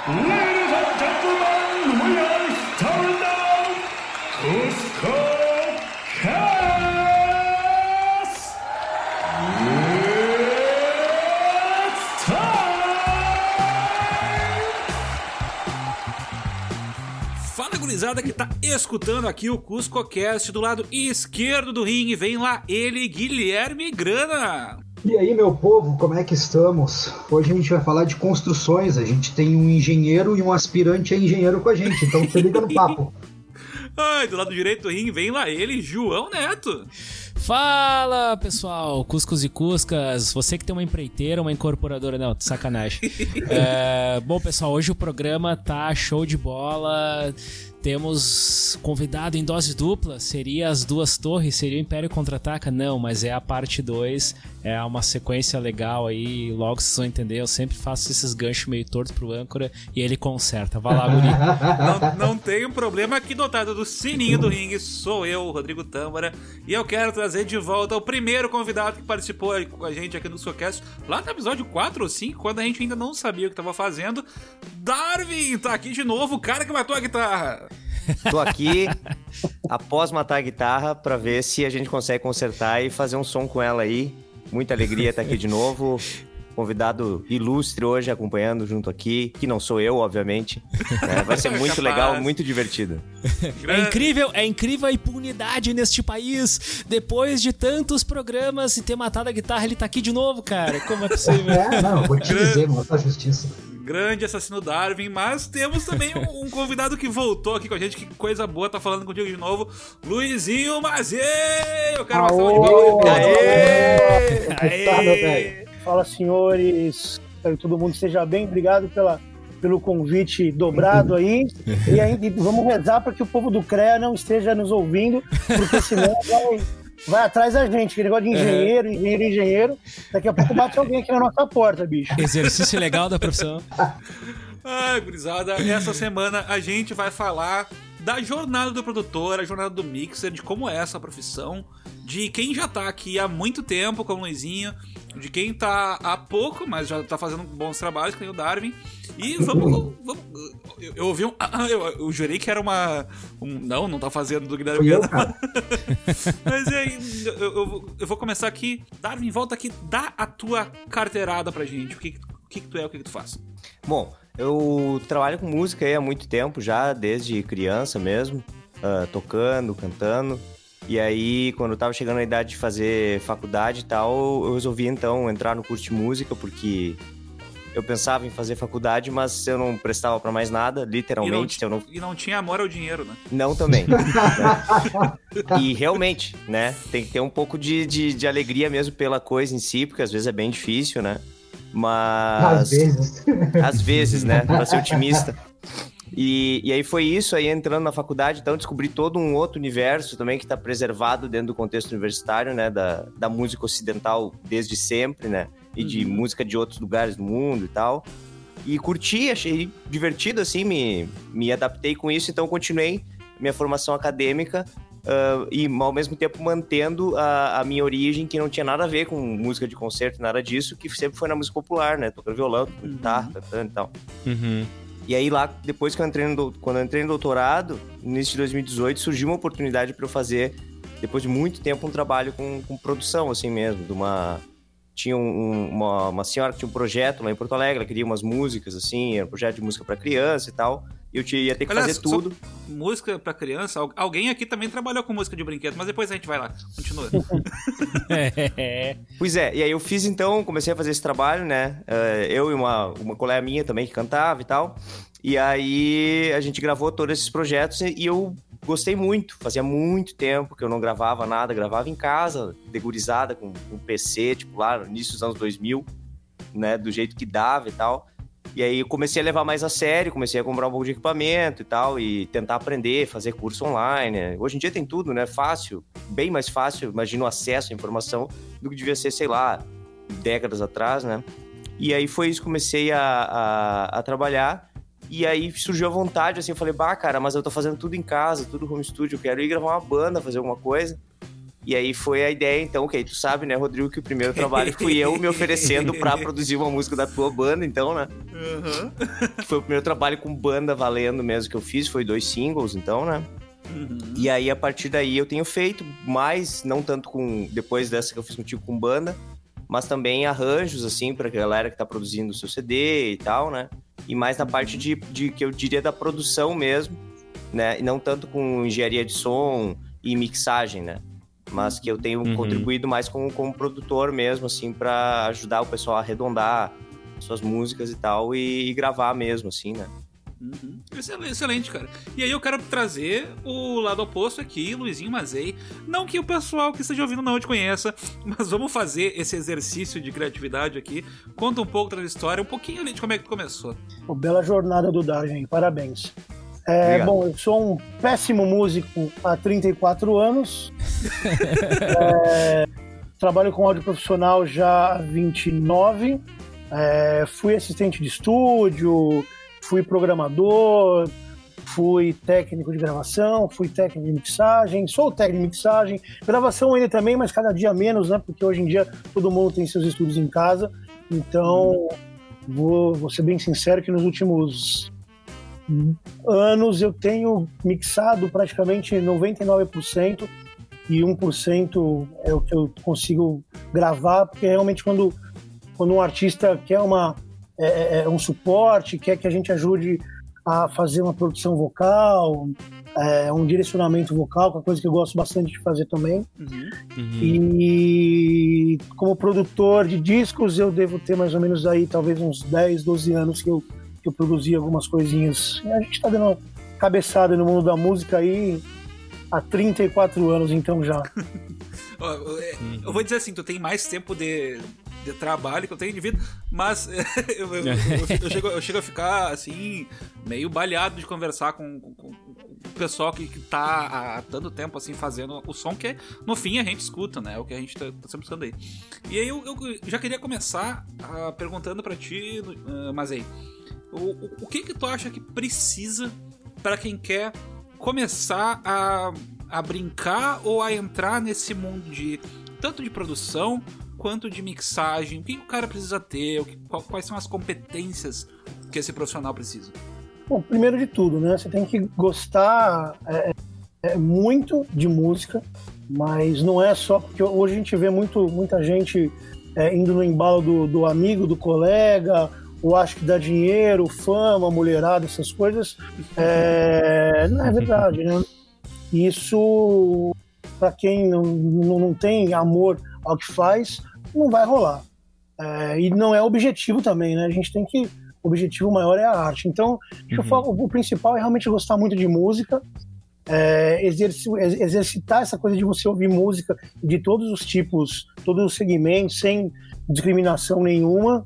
Ladies and gentlemen, we are starting now Cusco Cast! It's time! Fala, gurizada que tá escutando aqui o Cusco Cast. Do lado esquerdo do ringue vem lá ele, Guilherme Grana. E aí, meu povo, como é que estamos? Hoje a gente vai falar de construções. A gente tem um engenheiro e um aspirante a engenheiro com a gente, então se liga no papo. Ai, do lado direito do ringue vem lá ele, João Neto. Fala, pessoal, Cuscos e Cuscas, você que tem uma empreiteira, uma incorporadora, não, sacanagem. Bom, pessoal, hoje o programa tá show de bola. Temos convidado em dose dupla, seria as duas torres, seria o Império Contra-Ataca? Não, mas é a parte 2, é uma sequência legal aí, logo vocês vão entender, eu sempre faço esses ganchos meio tortos pro âncora e ele conserta. Vai lá, guri. Não tem um problema aqui dotado do sininho do ringue, sou eu, Rodrigo Tâmara, e eu quero trazer de volta o primeiro convidado que participou com a gente aqui no Cuscocast, lá no episódio 4 ou 5, quando a gente ainda não sabia o que tava fazendo. Darwin tá aqui de novo, o cara que matou a guitarra. Tô aqui após matar a guitarra pra ver se a gente consegue consertar e fazer um som com ela aí. Muita alegria estar aqui de novo. Convidado ilustre hoje acompanhando junto aqui, que não sou eu, obviamente. Vai ser muito legal, muito divertido. É incrível a impunidade neste país. Depois de tantos programas e ter matado a guitarra, ele tá aqui de novo, cara. Como é possível? Vou te dizer, mano, a justiça. Grande assassino Darwin, mas temos também um convidado que voltou aqui com a gente, que coisa boa, tá falando contigo de novo, Luizinho Mazzei! Eu quero uma salva de palmas. Aê! Fala, senhores, espero que todo mundo esteja bem, obrigado pelo convite dobrado aí, e aí vamos rezar para que o povo do CREA não esteja nos ouvindo, porque senão vai atrás da gente, que negócio de engenheiro, daqui a pouco bate alguém aqui na nossa porta, bicho. Exercício legal da profissão. Ai, gurizada, essa semana a gente vai falar da jornada do produtor, a jornada do mixer, de como é essa profissão, de quem já tá aqui há muito tempo, como o Luizinho, de quem tá há pouco, mas já tá fazendo bons trabalhos, que nem o Darwin. E vamos eu ouvi eu jurei que era não tá fazendo do Guilherme Grana. Mas aí, eu vou começar aqui. Darwin, volta aqui, dá a tua carteirada pra gente. O que tu é, o que tu faz? Bom, eu trabalho com música aí há muito tempo já, desde criança mesmo, tocando, cantando. E aí, quando eu tava chegando na idade de fazer faculdade e tal, eu resolvi então entrar no curso de música, porque eu pensava em fazer faculdade, mas eu não prestava pra mais nada, literalmente. E não tinha amor ao dinheiro, né? Não também. E realmente, né, tem que ter um pouco de alegria mesmo pela coisa em si, porque às vezes é bem difícil, né? Mas... Às vezes, né? Pra ser otimista. E aí foi isso, aí entrando na faculdade, então descobri todo um outro universo também que está preservado dentro do contexto universitário, né, da música ocidental desde sempre, né, e de música de outros lugares do mundo e tal. E curti, achei divertido, assim, me adaptei com isso, então continuei minha formação acadêmica e ao mesmo tempo mantendo a minha origem, que não tinha nada a ver com música de concerto, nada disso, que sempre foi na música popular, né, tocando violão, tocando guitarra, cantando e tal. E aí lá, depois que quando eu entrei no doutorado, no início de 2018, surgiu uma oportunidade para eu fazer, depois de muito tempo, um trabalho com produção, assim mesmo, tinha uma senhora que tinha um projeto lá em Porto Alegre, ela queria umas músicas, assim, era um projeto de música para criança e tal, e eu ia ter que fazer tudo. Música para criança? Alguém aqui também trabalhou com música de brinquedo, mas depois a gente vai lá, continua. Pois é, e aí eu fiz então, comecei a fazer esse trabalho, né, eu e uma colega minha também que cantava e tal, e aí a gente gravou todos esses projetos e eu gostei muito, fazia muito tempo que eu não gravava nada, gravava em casa, degurizada, com um PC, tipo lá no início dos anos 2000, né, do jeito que dava e tal. E aí eu comecei a levar mais a sério, comecei a comprar um pouco de equipamento e tal, e tentar aprender, fazer curso online, né? Hoje em dia tem tudo, né, fácil, bem mais fácil, imagino o acesso à informação do que devia ser, sei lá, décadas atrás, né? E aí foi isso, comecei a trabalhar. E aí surgiu a vontade, assim, eu falei, cara, mas eu tô fazendo tudo em casa, tudo home studio, eu quero ir gravar uma banda, fazer alguma coisa. E aí foi a ideia, então, que aí tu sabe, né, Rodrigo, que o primeiro trabalho fui eu me oferecendo pra produzir uma música da tua banda, então, né? Uhum. Foi o primeiro trabalho com banda valendo mesmo que eu fiz, foi 2 singles, então, né? Uhum. E aí, a partir daí, eu tenho feito mais, não tanto depois dessa que eu fiz contigo com banda, mas também arranjos, assim, pra galera que tá produzindo o seu CD e tal, né? E mais na parte de que eu diria da produção mesmo, né? E não tanto com engenharia de som e mixagem, né? Mas que eu tenho contribuído mais como produtor mesmo, assim, pra ajudar o pessoal a arredondar suas músicas e tal, e gravar mesmo, assim, né? Uhum. Excelente, cara. E aí eu quero trazer o lado oposto aqui, Luizinho Mazei. Não que o pessoal que esteja ouvindo não te conheça, mas vamos fazer esse exercício de criatividade aqui. Conta um pouco da história, um pouquinho ali de como é que tu começou. Bela jornada do Dargen, parabéns. Bom, eu sou um péssimo músico há 34 anos. Trabalho com áudio profissional já há 29. Fui assistente de estúdio, fui programador, fui técnico de gravação, fui técnico de mixagem, sou técnico de mixagem, gravação ainda também, mas cada dia menos, né? Porque hoje em dia todo mundo tem seus estúdios em casa. Então, vou ser bem sincero que nos últimos anos eu tenho mixado praticamente 99% e 1% é o que eu consigo gravar, porque realmente quando um artista quer um suporte, quer que a gente ajude a fazer uma produção vocal, um direcionamento vocal, que é uma coisa que eu gosto bastante de fazer também. E como produtor de discos eu devo ter mais ou menos aí talvez uns 10, 12 anos que eu produzi algumas coisinhas. A gente tá dando uma cabeçada no mundo da música aí há 34 anos, então já. Eu vou dizer assim, tu tem mais tempo de trabalho que eu tenho de vida, mas eu chego a ficar assim, meio baleado de conversar com o pessoal que tá há tanto tempo assim fazendo o som que no fim a gente escuta, né? O que a gente tá sempre buscando aí. E aí eu já queria começar perguntando pra ti, Mazei, o que tu acha que precisa para quem quer começar a brincar ou a entrar nesse mundo de tanto de produção quanto de mixagem? O que o cara precisa ter? Quais são as competências que esse profissional precisa? Bom, primeiro de tudo, né? Você tem que gostar muito de música, mas não é só porque hoje a gente vê muita gente indo no embalo do amigo, do colega, ou acho que dá dinheiro, fama, mulherada, essas coisas. Não é verdade, né? Isso, para quem não tem amor ao que faz, não vai rolar. E não é objetivo também, né? A gente tem que... O objetivo maior é a arte. Então, o principal é realmente gostar muito de música, exercitar essa coisa de você ouvir música de todos os tipos, todos os segmentos, sem discriminação nenhuma.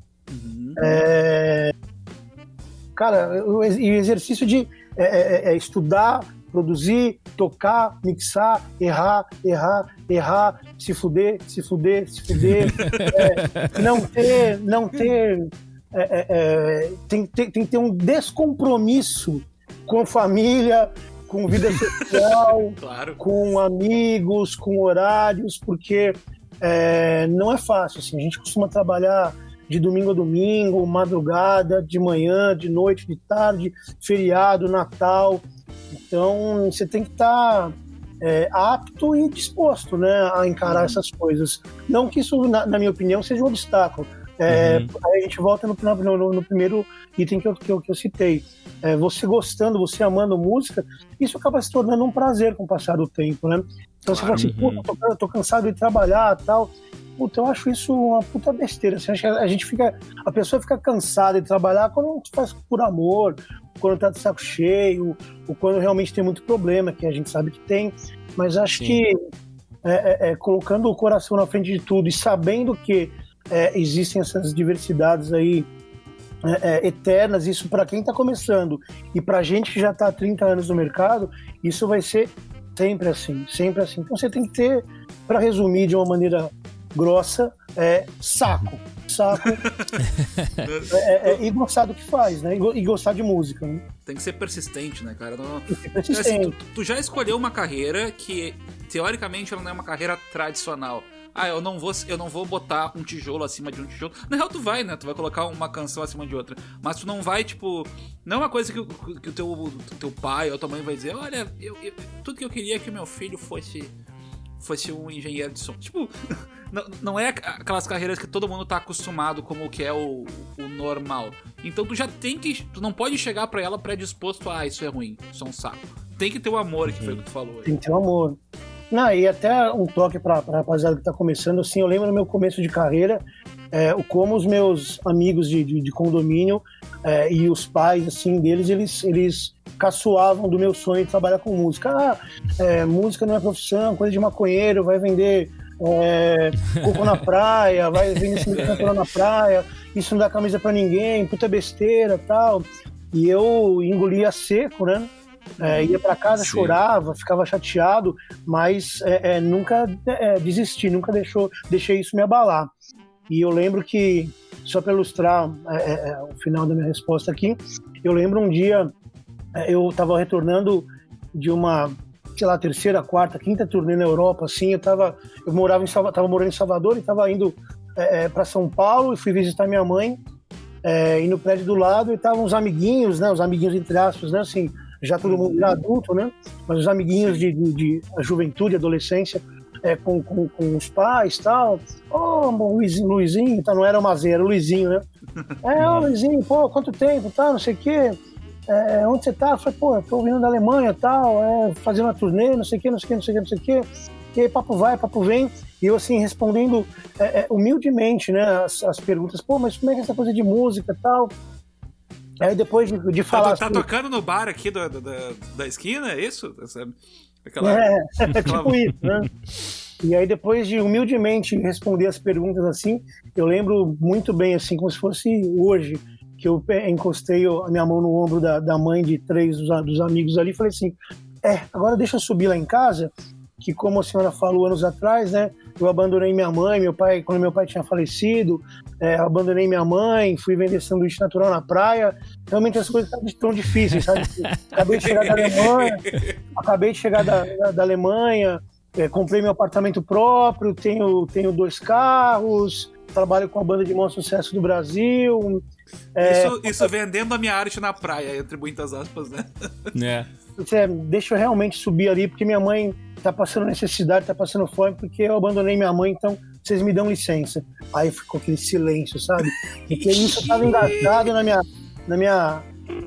Cara, o exercício de estudar, produzir, tocar, mixar, errar, se fuder, tem que ter um descompromisso com família, com vida social, claro, com amigos, com horários, porque não é fácil, assim, a gente costuma trabalhar de domingo a domingo, madrugada, de manhã, de noite, de tarde, feriado, Natal. Então você tem que estar apto e disposto, né, a encarar essas coisas. Não que isso, na minha opinião, seja um obstáculo. Aí a gente volta no primeiro item que eu citei. Você gostando, você amando música, isso acaba se tornando um prazer com o passar do tempo, né? Então você fala assim, eu tô cansado de trabalhar e tal. Puta, eu acho isso uma puta besteira. Assim, a pessoa fica cansada de trabalhar quando faz por amor, quando tá de saco cheio, ou quando realmente tem muito problema, que a gente sabe que tem. Mas acho que colocando o coração na frente de tudo e sabendo que existem essas diversidades aí eternas, isso para quem tá começando e pra gente que já tá há 30 anos no mercado, isso vai ser sempre assim. Então você tem que ter, para resumir de uma maneira grossa, saco saco e gostar do que faz, né? E gostar de música, né? Tem que ser persistente, né, cara? Tem que ser persistente. Assim, tu já escolheu uma carreira que, teoricamente, ela não é uma carreira tradicional. Eu não vou botar um tijolo acima de um tijolo. Na real, tu vai, né? Tu vai colocar uma canção acima de outra. Mas tu não vai, tipo... Não é uma coisa que o teu pai ou tua mãe vai dizer, olha, tudo que eu queria é que o meu filho fosse um engenheiro de som. Tipo, não é aquelas carreiras que todo mundo tá acostumado como que é o normal. Então tu já tem que... Tu não pode chegar pra ela predisposto a isso é ruim, isso é um saco. Tem que ter o amor, que foi o que tu falou aí. Tem que ter o amor. Não, e até um toque pra rapaziada que tá começando, assim, eu lembro no meu começo de carreira, como os meus amigos de condomínio e os pais, assim, deles, eles caçoavam do meu sonho de trabalhar com música. Música não é profissão, coisa de maconheiro, vai vender coco na praia, vai vender cinema na praia, isso não dá camisa pra ninguém, puta besteira, tal. E eu engolia seco, né? Ia pra casa, sim, chorava, ficava chateado, mas nunca desisti, nunca deixei isso me abalar. E eu lembro que, só para ilustrar o final da minha resposta aqui, eu lembro um dia, eu estava retornando de uma, sei lá, terceira, quarta, quinta turnê na Europa, assim, tava morando em Salvador e estava indo para São Paulo e fui visitar minha mãe, e no prédio do lado estavam uns amiguinhos, né, os amiguinhos entre aspas, né, assim, já todo mundo já adulto, né? Mas os amiguinhos de juventude, adolescência, com os pais e tal. Luizinho, tá, não era o Mazeiro, era o Luizinho, né? Luizinho, pô, quanto tempo, tá, não sei o quê. Onde você tá? Eu falei, pô, eu tô vindo da Alemanha e tal, fazendo uma turnê, não sei o quê. E aí, papo vai, papo vem. E eu, assim, respondendo humildemente, né, as perguntas. Pô, mas como é que é essa coisa de música e tal? Aí depois de falar... Tá tocando no bar aqui da esquina, é isso? Tipo isso, né? E aí depois de humildemente responder as perguntas assim, eu lembro muito bem, assim, como se fosse hoje, que eu encostei a minha mão no ombro da mãe de 3 dos amigos ali e falei assim, agora deixa eu subir lá em casa, que como a senhora falou anos atrás, né, eu abandonei minha mãe, quando meu pai tinha falecido, abandonei minha mãe, fui vender sanduíche natural na praia, realmente as coisas estão difíceis, sabe? Acabei de chegar da Alemanha, comprei meu apartamento próprio, tenho 2 carros, trabalho com a banda de maior sucesso do Brasil. Isso vendendo a minha arte na praia, entre muitas aspas, né? Deixa eu realmente subir ali, porque minha mãe tá passando necessidade, tá passando fome, porque eu abandonei minha mãe, então vocês me dão licença. Aí ficou aquele silêncio, sabe? Porque isso tava engatado na minha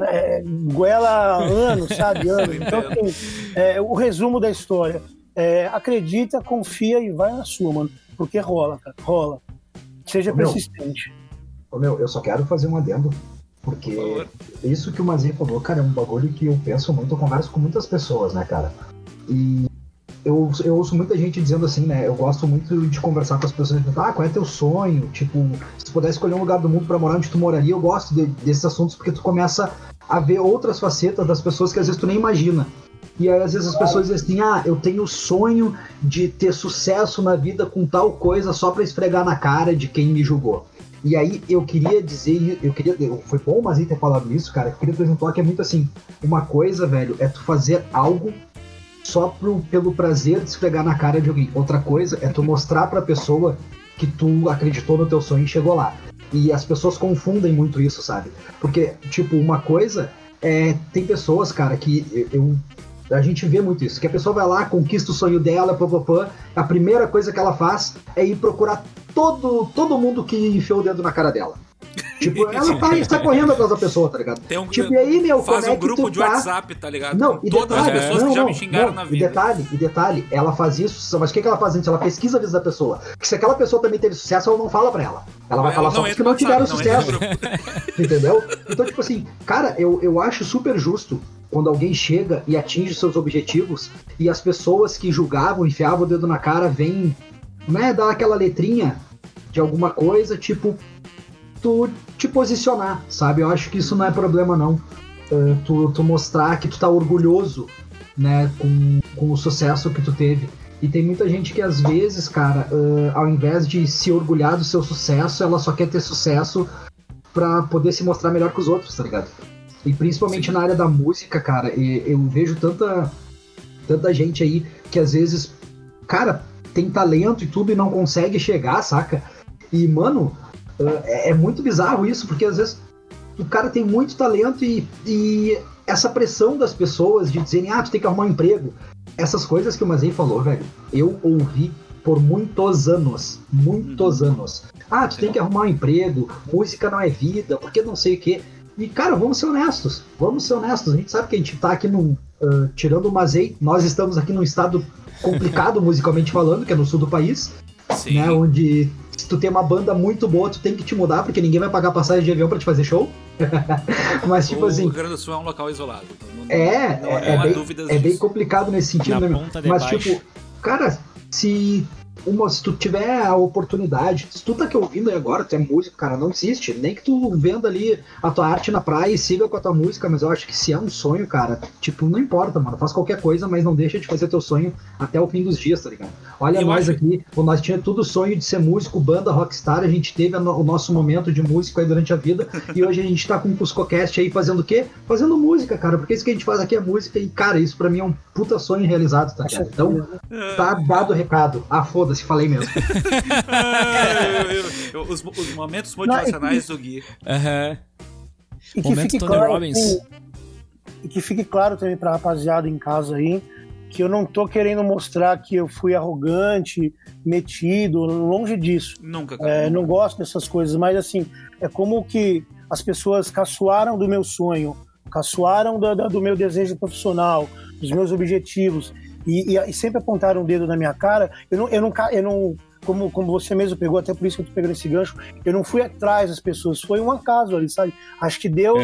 goela há anos, sabe? Então, assim, o resumo da história, acredita, confia e vai na sua, mano, porque rola, cara, rola. Seja persistente. Eu só quero fazer um adendo, porque isso que o Mazinho falou, cara, é um bagulho que eu penso muito, eu converso com muitas pessoas, né, cara? E eu ouço muita gente dizendo assim, né, eu gosto muito de conversar com as pessoas, qual é teu sonho? Tipo, se tu puder escolher um lugar do mundo pra morar onde tu moraria, eu gosto desses assuntos, porque tu começa a ver outras facetas das pessoas que às vezes tu nem imagina. E aí, às vezes as pessoas dizem assim, eu tenho o sonho de ter sucesso na vida com tal coisa só pra esfregar na cara de quem me julgou. E aí eu queria dizer, foi bom o Mazinho ter falado isso, cara, eu queria apresentar que é muito assim, uma coisa, velho, é tu fazer algo só pelo prazer de esfregar na cara de alguém. Outra coisa é tu mostrar pra pessoa que tu acreditou no teu sonho e chegou lá. E as pessoas confundem muito isso, sabe? Porque, tipo, uma coisa tem pessoas, cara, que a gente vê muito isso, que a pessoa vai lá, conquista o sonho dela, a primeira coisa que ela faz é ir procurar todo mundo que enfiou o dedo na cara dela. Tipo, ela está correndo atrás da pessoa, tá ligado? E aí, faz um grupo de WhatsApp, tá ligado? Não, e todas as pessoas que já me xingaram na vida. E detalhe, ela faz isso, mas o que ela faz antes? Ela pesquisa a vida da pessoa. Porque se aquela pessoa também teve sucesso, ela não fala pra ela. Ela vai falar só porque não tiveram sucesso. Entendeu? Então, tipo assim, cara, eu acho super justo quando alguém chega e atinge seus objetivos e as pessoas que julgavam, enfiavam o dedo na cara, vêm, né, dar aquela letrinha de alguma coisa, tipo, tu te posicionar, sabe? Eu acho que isso não é problema, não. Tu mostrar que tu tá orgulhoso, né, com o sucesso que tu teve. E tem muita gente que às vezes, cara, ao invés de se orgulhar do seu sucesso, ela só quer ter sucesso pra poder se mostrar melhor que os outros, tá ligado? E principalmente na área da música, cara, eu vejo tanta gente aí que às vezes, cara, tem talento e tudo e não consegue chegar, saca? E, mano, é muito bizarro isso, porque às vezes o cara tem muito talento e essa pressão das pessoas de dizerem, tu tem que arrumar um emprego. Essas coisas que o Mazei falou, velho, eu ouvi por muitos anos. Tu tem que arrumar um emprego, música não é vida, porque não sei o quê. E, cara, vamos ser honestos. A gente sabe que a gente tá aqui tirando o Mazei, nós estamos aqui num estado complicado musicalmente falando, que é no sul do país. Sim. Né, onde se tu tem uma banda muito boa, tu tem que te mudar, porque ninguém vai pagar passagem de avião pra te fazer show. Mas, tipo assim... O Rio Grande do Sul é um local isolado. Não é bem complicado nesse sentido, né? Mas, tipo, cara, se tu tiver a oportunidade, se tu tá aqui ouvindo aí agora, tu é músico, cara, não desiste, nem que tu venda ali a tua arte na praia e siga com a tua música, mas eu acho que se é um sonho, cara, tipo, não importa, mano, faz qualquer coisa, mas não deixa de fazer teu sonho até o fim dos dias, tá ligado? Olha nós aqui, nós tinha tudo sonho de ser músico, banda, rockstar, a gente teve o nosso momento de músico aí durante a vida, e hoje a gente tá com o CuscoCast aí fazendo o quê? Fazendo música, cara, porque isso que a gente faz aqui é música, e, cara, isso pra mim é um puta sonho realizado, tá ligado? Então, tá dado o recado. Foda-se, falei mesmo. Os momentos motivacionais do Gui. E que fique claro, Robbins. E que fique claro também pra rapaziada em casa aí, que eu não tô querendo mostrar que eu fui arrogante, metido, longe disso. Nunca, cara. Não gosto dessas coisas, mas assim, é como que as pessoas caçoaram do meu sonho, caçoaram do meu desejo profissional, dos meus objetivos, e sempre apontaram o dedo na minha cara. Eu não como você mesmo pegou, até por isso que eu tô pegando esse gancho, eu não fui atrás das pessoas, foi um acaso ali, sabe? Acho que Deus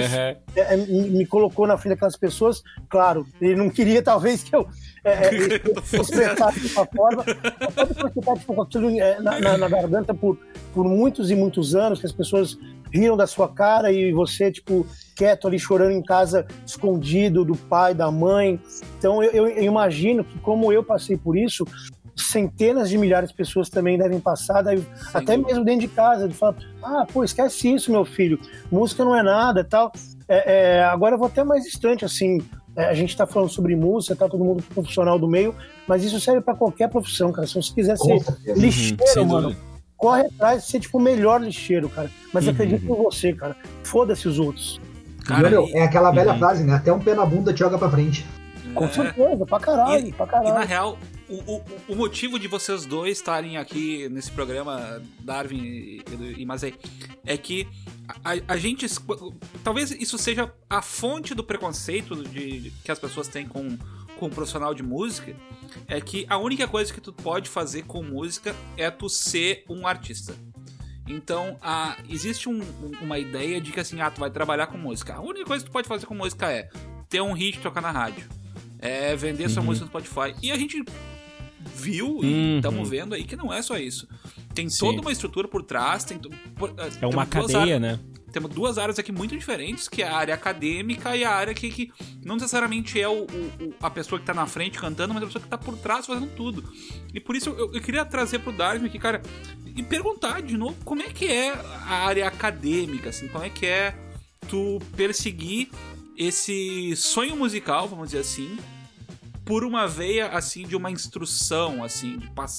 me colocou na frente daquelas pessoas, claro, ele não queria talvez que eu expressasse de uma forma, pode porque tá tipo, com aquilo na garganta por muitos e muitos anos, que as pessoas riram da sua cara e você, tipo, quieto ali chorando em casa, escondido do pai, da mãe. Então eu imagino que, como eu passei por isso, centenas de milhares de pessoas também devem passar, até mesmo dentro de casa, de falar, esquece isso, meu filho, música não é nada e tal. Agora eu vou até mais distante, assim, a gente tá falando sobre música, tá todo mundo profissional do meio, mas isso serve pra qualquer profissão, cara. Se você quiser ser lixeiro, mano, corre atrás de ser, tipo, o melhor lixeiro, cara. Mas acredita em você, cara. Foda-se os outros. Cara, é aquela velha frase, né? Até um pé na bunda te joga pra frente. Com certeza, pra caralho. E na real, o motivo de vocês dois estarem aqui nesse programa, Darwin e Mazei, é que a gente... Talvez isso seja a fonte do preconceito que as pessoas têm com um profissional de música, é que a única coisa que tu pode fazer com música é tu ser um artista. Então, existe uma ideia de que assim, tu vai trabalhar com música. A única coisa que tu pode fazer com música é ter um hit e tocar na rádio. É vender sua música no Spotify. E a gente viu e estamos vendo aí que não é só isso. Tem toda uma estrutura por trás. É uma cadeia, né? Temos duas áreas aqui muito diferentes, que é a área acadêmica e a área que não necessariamente é a pessoa que tá na frente cantando, mas a pessoa que tá por trás fazendo tudo. E por isso eu queria trazer pro Darwin aqui, cara, e perguntar de novo como é que é a área acadêmica, assim, como é que é tu perseguir esse sonho musical, vamos dizer assim, por uma veia, assim, de uma instrução, assim,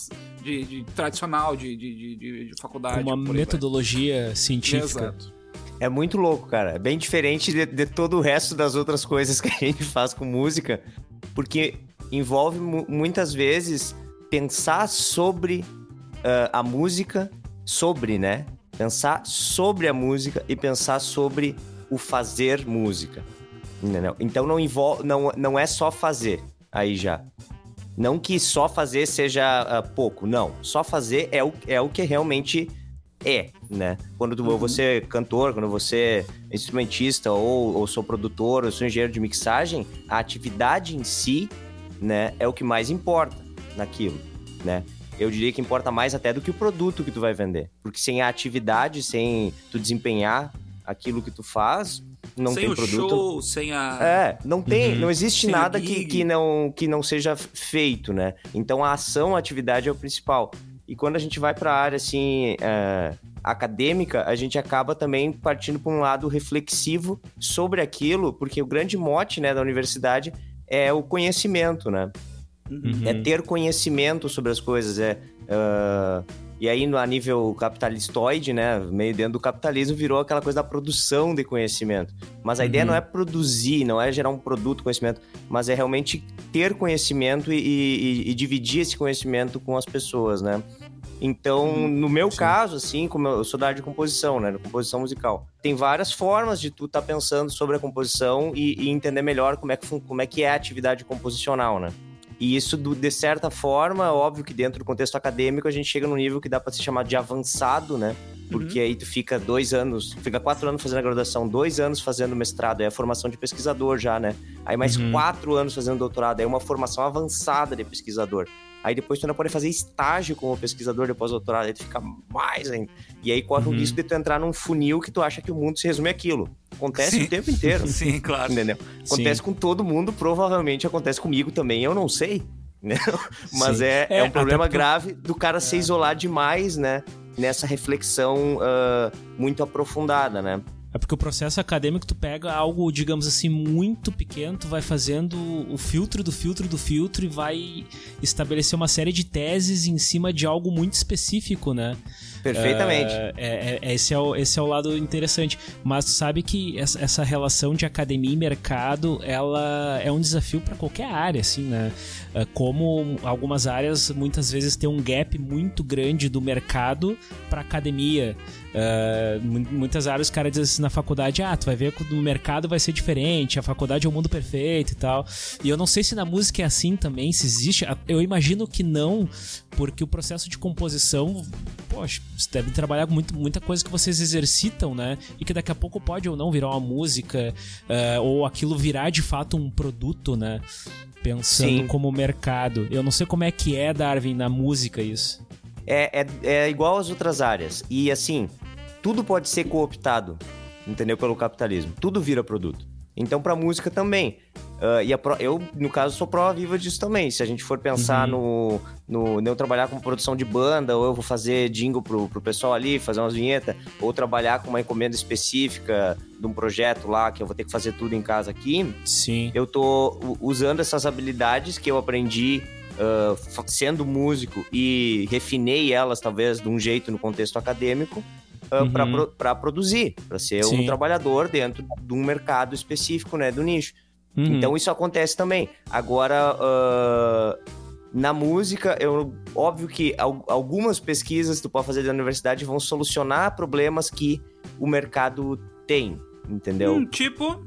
de tradicional, de faculdade. Uma metodologia científica. Exato. É muito louco, cara. É bem diferente de todo o resto das outras coisas que a gente faz com música, porque envolve muitas vezes pensar sobre a música, né? Pensar sobre a música e pensar sobre o fazer música. Entendeu? Então não é só fazer aí já. Não que só fazer seja pouco, não. Só fazer é o que realmente é, né? Quando você é cantor, quando você é instrumentista ou sou produtor, ou sou engenheiro de mixagem, a atividade em si, né, é o que mais importa naquilo, né? Eu diria que importa mais até do que o produto que tu vai vender. Porque sem a atividade, sem tu desempenhar aquilo que tu faz, não sem tem o produto. show, sem a... Não existe Sem nada a gig. que não seja feito, né? Então a ação, a atividade é o principal. E quando a gente vai para a área, assim, acadêmica, a gente acaba também partindo para um lado reflexivo sobre aquilo, porque o grande mote, né, da universidade é o conhecimento, né? É ter conhecimento sobre as coisas, e aí, a nível capitalistoide, né, meio dentro do capitalismo, virou aquela coisa da produção de conhecimento. Mas a ideia não é produzir, não é gerar um produto, conhecimento, mas é realmente ter conhecimento e dividir esse conhecimento com as pessoas, né? Então, no meu caso, assim, como eu sou da área de composição, né, de composição musical, tem várias formas de tu estar pensando sobre a composição e entender melhor como é que é a atividade composicional, né? E isso, de certa forma, óbvio que dentro do contexto acadêmico a gente chega num nível que dá pra ser chamado de avançado, né? Porque aí tu fica 4 anos fazendo a graduação, 2 anos fazendo mestrado, é a formação de pesquisador já, né? Aí mais 4 anos fazendo doutorado, é uma formação avançada de pesquisador. Aí depois tu ainda pode fazer estágio como pesquisador depois do doutorado, aí tu fica mais ainda. E aí corre o risco de tu entrar num funil que tu acha que o mundo se resume àquilo. Acontece o tempo inteiro. Sim, claro. Entendeu? Acontece com todo mundo, provavelmente acontece comigo também, eu não sei. Né? Mas é um problema grave do cara se isolar demais, né? Nessa reflexão muito aprofundada, né? É porque o processo acadêmico, tu pega algo, digamos assim, muito pequeno, tu vai fazendo o filtro do filtro do filtro e vai estabelecer uma série de teses em cima de algo muito específico, né? Perfeitamente. Esse é o lado interessante. Mas tu sabe que essa relação de academia e mercado, ela é um desafio para qualquer área, assim, né? Como algumas áreas muitas vezes tem um gap muito grande do mercado para academia. Muitas áreas os caras dizem assim na faculdade, tu vai ver que no mercado vai ser diferente, a faculdade é o mundo perfeito e tal. E eu não sei se na música é assim também, se existe. Eu imagino que não, porque o processo de composição, poxa, você deve trabalhar com muita coisa que vocês exercitam, né? E que daqui a pouco pode ou não virar uma música, ou aquilo virar de fato um produto, né? Pensando como mercado. Eu não sei como é que é, Darwin, na música isso. É igual às outras áreas. E assim, tudo pode ser cooptado, entendeu? Pelo capitalismo. Tudo vira produto. Então, pra música também. Eu, no caso, sou prova viva disso também. Se a gente for pensar no eu trabalhar com produção de banda, ou eu vou fazer jingle pro pessoal ali, fazer umas vinhetas, ou trabalhar com uma encomenda específica de um projeto lá, que eu vou ter que fazer tudo em casa aqui. Sim. Eu tô usando essas habilidades que eu aprendi sendo músico e refinei elas, talvez, de um jeito no contexto acadêmico, para produzir, para ser um trabalhador dentro de um mercado específico, né, do nicho. Então isso acontece também. Agora, na música, óbvio que algumas pesquisas que tu pode fazer da universidade vão solucionar problemas que o mercado tem, entendeu? Tipo,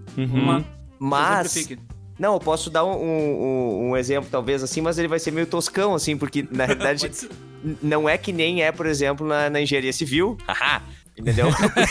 Mas... Não, eu posso dar um exemplo, talvez, assim, mas ele vai ser meio toscão, assim, porque, na realidade, não é que nem por exemplo, na engenharia civil. Entendeu?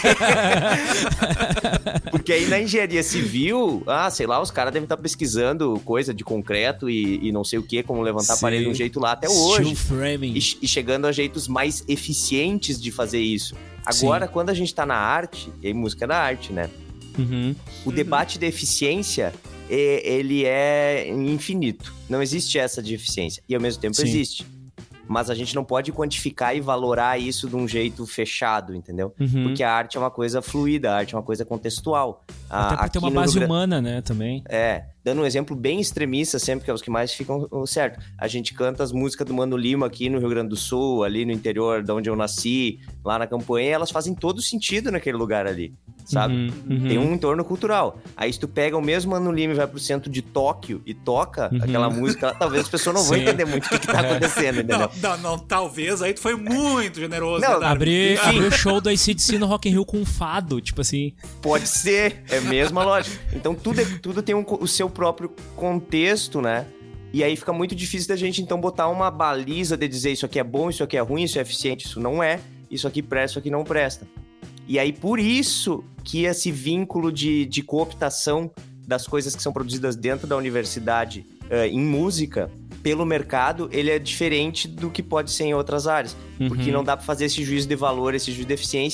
Porque aí na engenharia civil, sei lá, os caras devem estar pesquisando coisa de concreto e não sei o que, como levantar a parede de um jeito lá até hoje. E chegando a jeitos mais eficientes de fazer isso. Agora, quando a gente tá na arte, e aí música é da arte, né? O debate da eficiência, ele é infinito. Não existe essa de eficiência. E ao mesmo tempo existe. Mas a gente não pode quantificar e valorar isso de um jeito fechado, entendeu? Porque a arte é uma coisa fluida, a arte é uma coisa contextual. Até porque tem uma base humana, né, também. Dando um exemplo bem extremista sempre, que é os que mais ficam certo. A gente canta as músicas do Mano Lima aqui no Rio Grande do Sul, ali no interior de onde eu nasci, lá na campanha, elas fazem todo sentido naquele lugar ali, sabe? Tem um entorno cultural. Aí se tu pega o mesmo Mano Lima e vai pro centro de Tóquio e toca aquela música, talvez as pessoas não vão entender muito o que tá acontecendo, entendeu? Não, talvez, aí tu foi muito generoso. Não, né, abrir o show do AC/DC no Rock in Rio com um fado, tipo assim. Pode ser, é a mesma lógica. Então tudo tem o seu próprio contexto, né? E aí fica muito difícil da gente, então, botar uma baliza de dizer isso aqui é bom, isso aqui é ruim, isso é eficiente, isso não é, isso aqui presta, isso aqui não presta. E aí, por isso que esse vínculo de cooptação das coisas que são produzidas dentro da universidade em música, pelo mercado, ele é diferente do que pode ser em outras áreas. Porque não dá pra fazer esse juízo de valor, esse juízo de eficiência,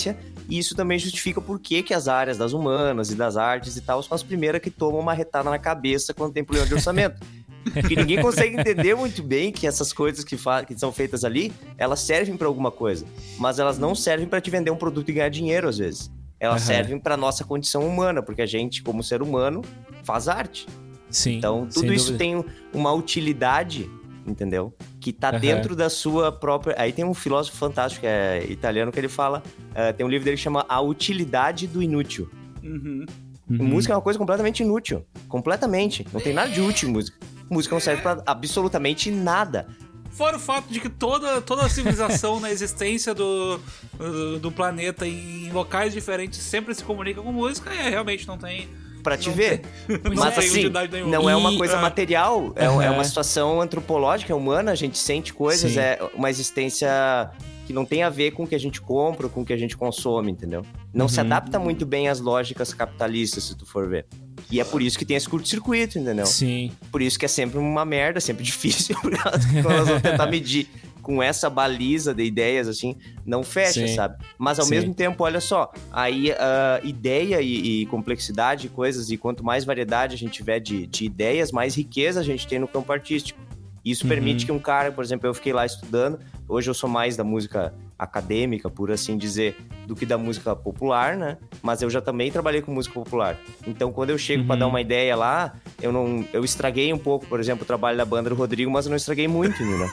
E isso também justifica por que as áreas das humanas e das artes e tal são as primeiras que tomam uma retada na cabeça quando tem problema de orçamento. Porque ninguém consegue entender muito bem que essas coisas que são feitas ali, elas servem pra alguma coisa. Mas elas não servem pra te vender um produto e ganhar dinheiro, às vezes. Elas servem pra nossa condição humana, porque a gente, como ser humano, faz arte. Sim, então, tudo isso tem uma utilidade, entendeu? Que tá dentro da sua própria... Aí tem um filósofo fantástico, que é italiano, que ele fala... tem um livro dele que chama A Utilidade do Inútil. Música é uma coisa completamente inútil. Completamente. Não tem nada de útil em música. Música não serve pra absolutamente nada. Fora o fato de que toda a civilização na existência do planeta em locais diferentes sempre se comunica com música e realmente não tem... Pra te ver. Mas assim, não é uma coisa material, é uma situação antropológica, humana, a gente sente coisas, sim, é uma existência que não tem a ver com o que a gente compra, com o que a gente consome, entendeu? Não se adapta muito bem às lógicas capitalistas, se tu for ver. E é por isso que tem esse curto-circuito, entendeu? Sim. Por isso que é sempre uma merda, sempre difícil, porque quando nós vamos tentar medir com essa baliza de ideias, assim, não fecha, sim, sabe? Mas ao mesmo tempo, olha só, aí ideia e complexidade, coisas, e quanto mais variedade a gente tiver de ideias, mais riqueza a gente tem no campo artístico. Isso permite que um cara, por exemplo, eu fiquei lá estudando, hoje eu sou mais da música acadêmica, por assim dizer, do que da música popular, né? Mas eu já também trabalhei com música popular. Então, quando eu chego pra dar uma ideia lá, eu estraguei um pouco, por exemplo, o trabalho da banda do Rodrigo, mas eu não estraguei muito, né?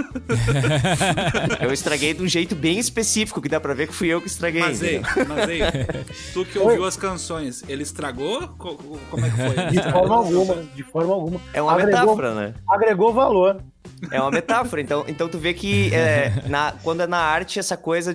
Eu estraguei de um jeito bem específico, que dá pra ver que fui eu que estraguei. Mas aí, tu que ouviu as canções, ele estragou? Como é que foi? De forma alguma. É uma metáfora, né? Agregou valor. É uma metáfora, então tu vê que quando é na arte, essa coisa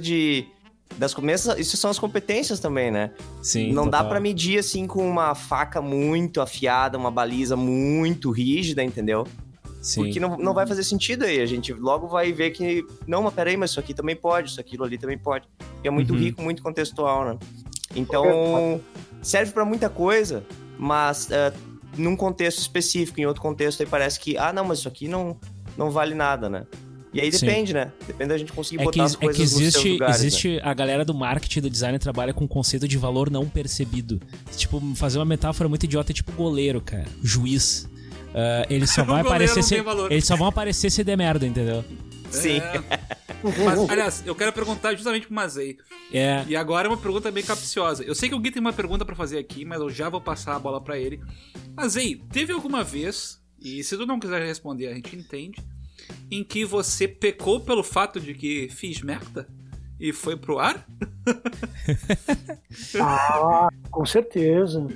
isso são as competências também, né? Sim. Não total. Dá pra medir assim com uma faca muito afiada, uma baliza muito rígida, entendeu? Sim. Porque não vai fazer sentido aí, a gente logo vai ver que, não, mas peraí, mas isso aqui também pode, isso aquilo ali também pode. E é muito rico, muito contextual, né? Então, serve pra muita coisa, mas num contexto específico, em outro contexto aí parece que, não, mas isso aqui não vale nada, né? E aí depende, né? Depende da gente conseguir botar as coisas nos seus lugares. Existe, né? A galera do marketing, do design, trabalha com o conceito de valor não percebido. Tipo, fazer uma metáfora muito idiota, tipo goleiro, cara. Juiz. Eles só vão aparecer se der merda, entendeu? Sim. Mas, aliás, eu quero perguntar justamente pro Mazei. E agora é uma pergunta bem capciosa. Eu sei que o Gui tem uma pergunta pra fazer aqui, mas eu já vou passar a bola pra ele. Mazei, teve alguma vez, e se tu não quiser responder, a gente entende, em que você pecou pelo fato de que fiz merda e foi pro ar? Com certeza.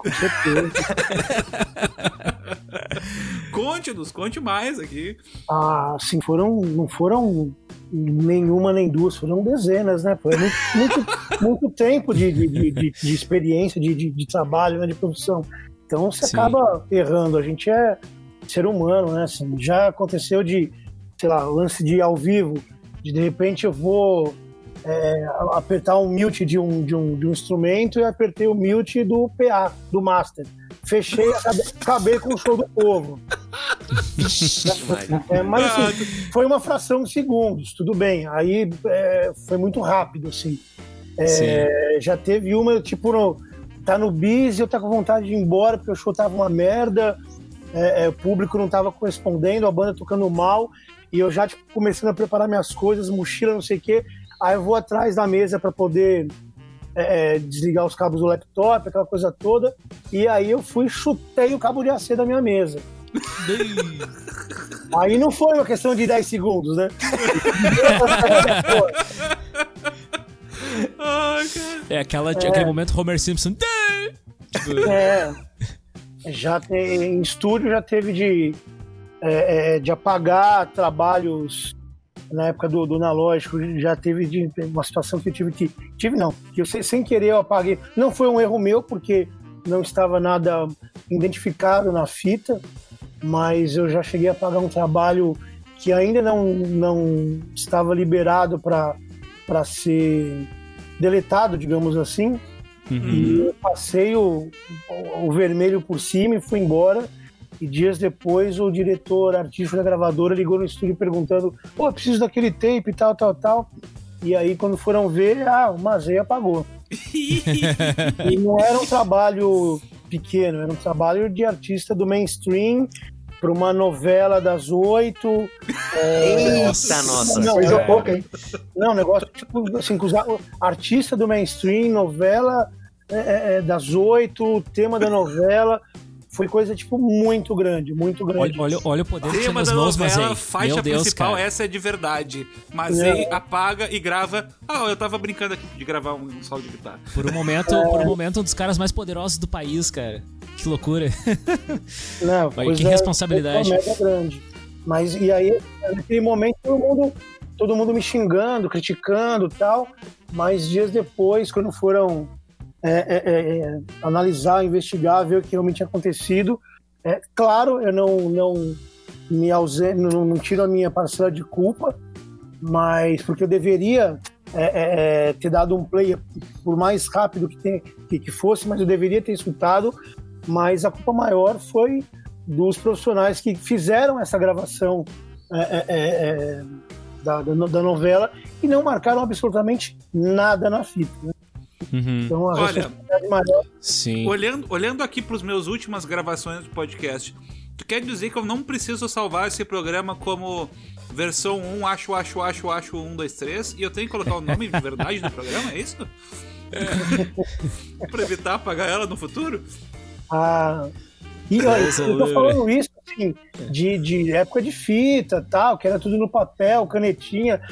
Conte mais aqui. Sim, não foram nenhuma nem duas, foram dezenas, né? Foi muito tempo de experiência, de trabalho, né, de profissão. Então você acaba errando, a gente é ser humano, né? Assim, já aconteceu sei lá, lance de ao vivo, de repente eu vou apertar um mute de um instrumento e apertei o mute do PA, do master. Fechei, acabei com o show do povo. Mas assim, foi uma fração de segundos, tudo bem. Aí foi muito rápido, assim. Já teve uma, tipo, tá no bis e eu tá com vontade de ir embora porque o show tava uma merda, o público não tava correspondendo, a banda tocando mal. E eu já, tipo, começando a preparar minhas coisas, mochila, não sei o quê. Aí eu vou atrás da mesa para poder desligar os cabos do laptop, aquela coisa toda. E aí eu chutei o cabo de AC da minha mesa. Aí não foi uma questão de 10 segundos, né? Aquele momento Homer Simpson. Já em estúdio já teve de apagar trabalhos na época do analógico, já teve uma situação que eu que eu sem querer eu apaguei. Não foi um erro meu, porque não estava nada identificado na fita, mas eu já cheguei a apagar um trabalho que ainda não estava liberado para ser deletado, digamos assim. E eu passei o vermelho por cima e fui embora. E dias depois o diretor artístico da gravadora ligou no estúdio perguntando: eu preciso daquele tape e tal. E aí quando foram ver, o Mazei apagou. E não era um trabalho pequeno, era um trabalho de artista do mainstream para uma novela das 8. Nossa. Não, coisa pouca, hein? Não, negócio tipo assim, artista do mainstream, novela das 8, tema da novela. Foi coisa, tipo, muito grande, muito grande. Olha o poder que tinha Tema nas da mãos, novela, Mazei. faixa Meu Deus, principal, cara. essa é de verdade. Mazei apaga e grava. Eu tava brincando aqui de gravar um solo de guitarra. Por um momento, um dos caras mais poderosos do país, cara. Que loucura. Não, Que responsabilidade. Foi uma mega grande. Mas, e aí, naquele momento, todo mundo me xingando, criticando e tal. Mas dias depois, quando foram analisar, investigar, ver o que realmente tinha acontecido, claro, eu não me ausento, não tiro a minha parcela de culpa, mas porque eu deveria ter dado um play por mais rápido que fosse, mas eu deveria ter escutado, mas a culpa maior foi dos profissionais que fizeram essa gravação da novela e não marcaram absolutamente nada na fita, né? Uhum. Então a Olha, responsabilidade maior. Sim. Olhando aqui pros meus últimas gravações do podcast, tu quer dizer que eu não preciso salvar esse programa como versão 1, acho 1, 2, 3, e eu tenho que colocar o nome de verdade do programa, é isso? Pra evitar apagar ela no futuro? E olha, eu tô falando isso assim, de época de fita, tal, que era tudo no papel, canetinha.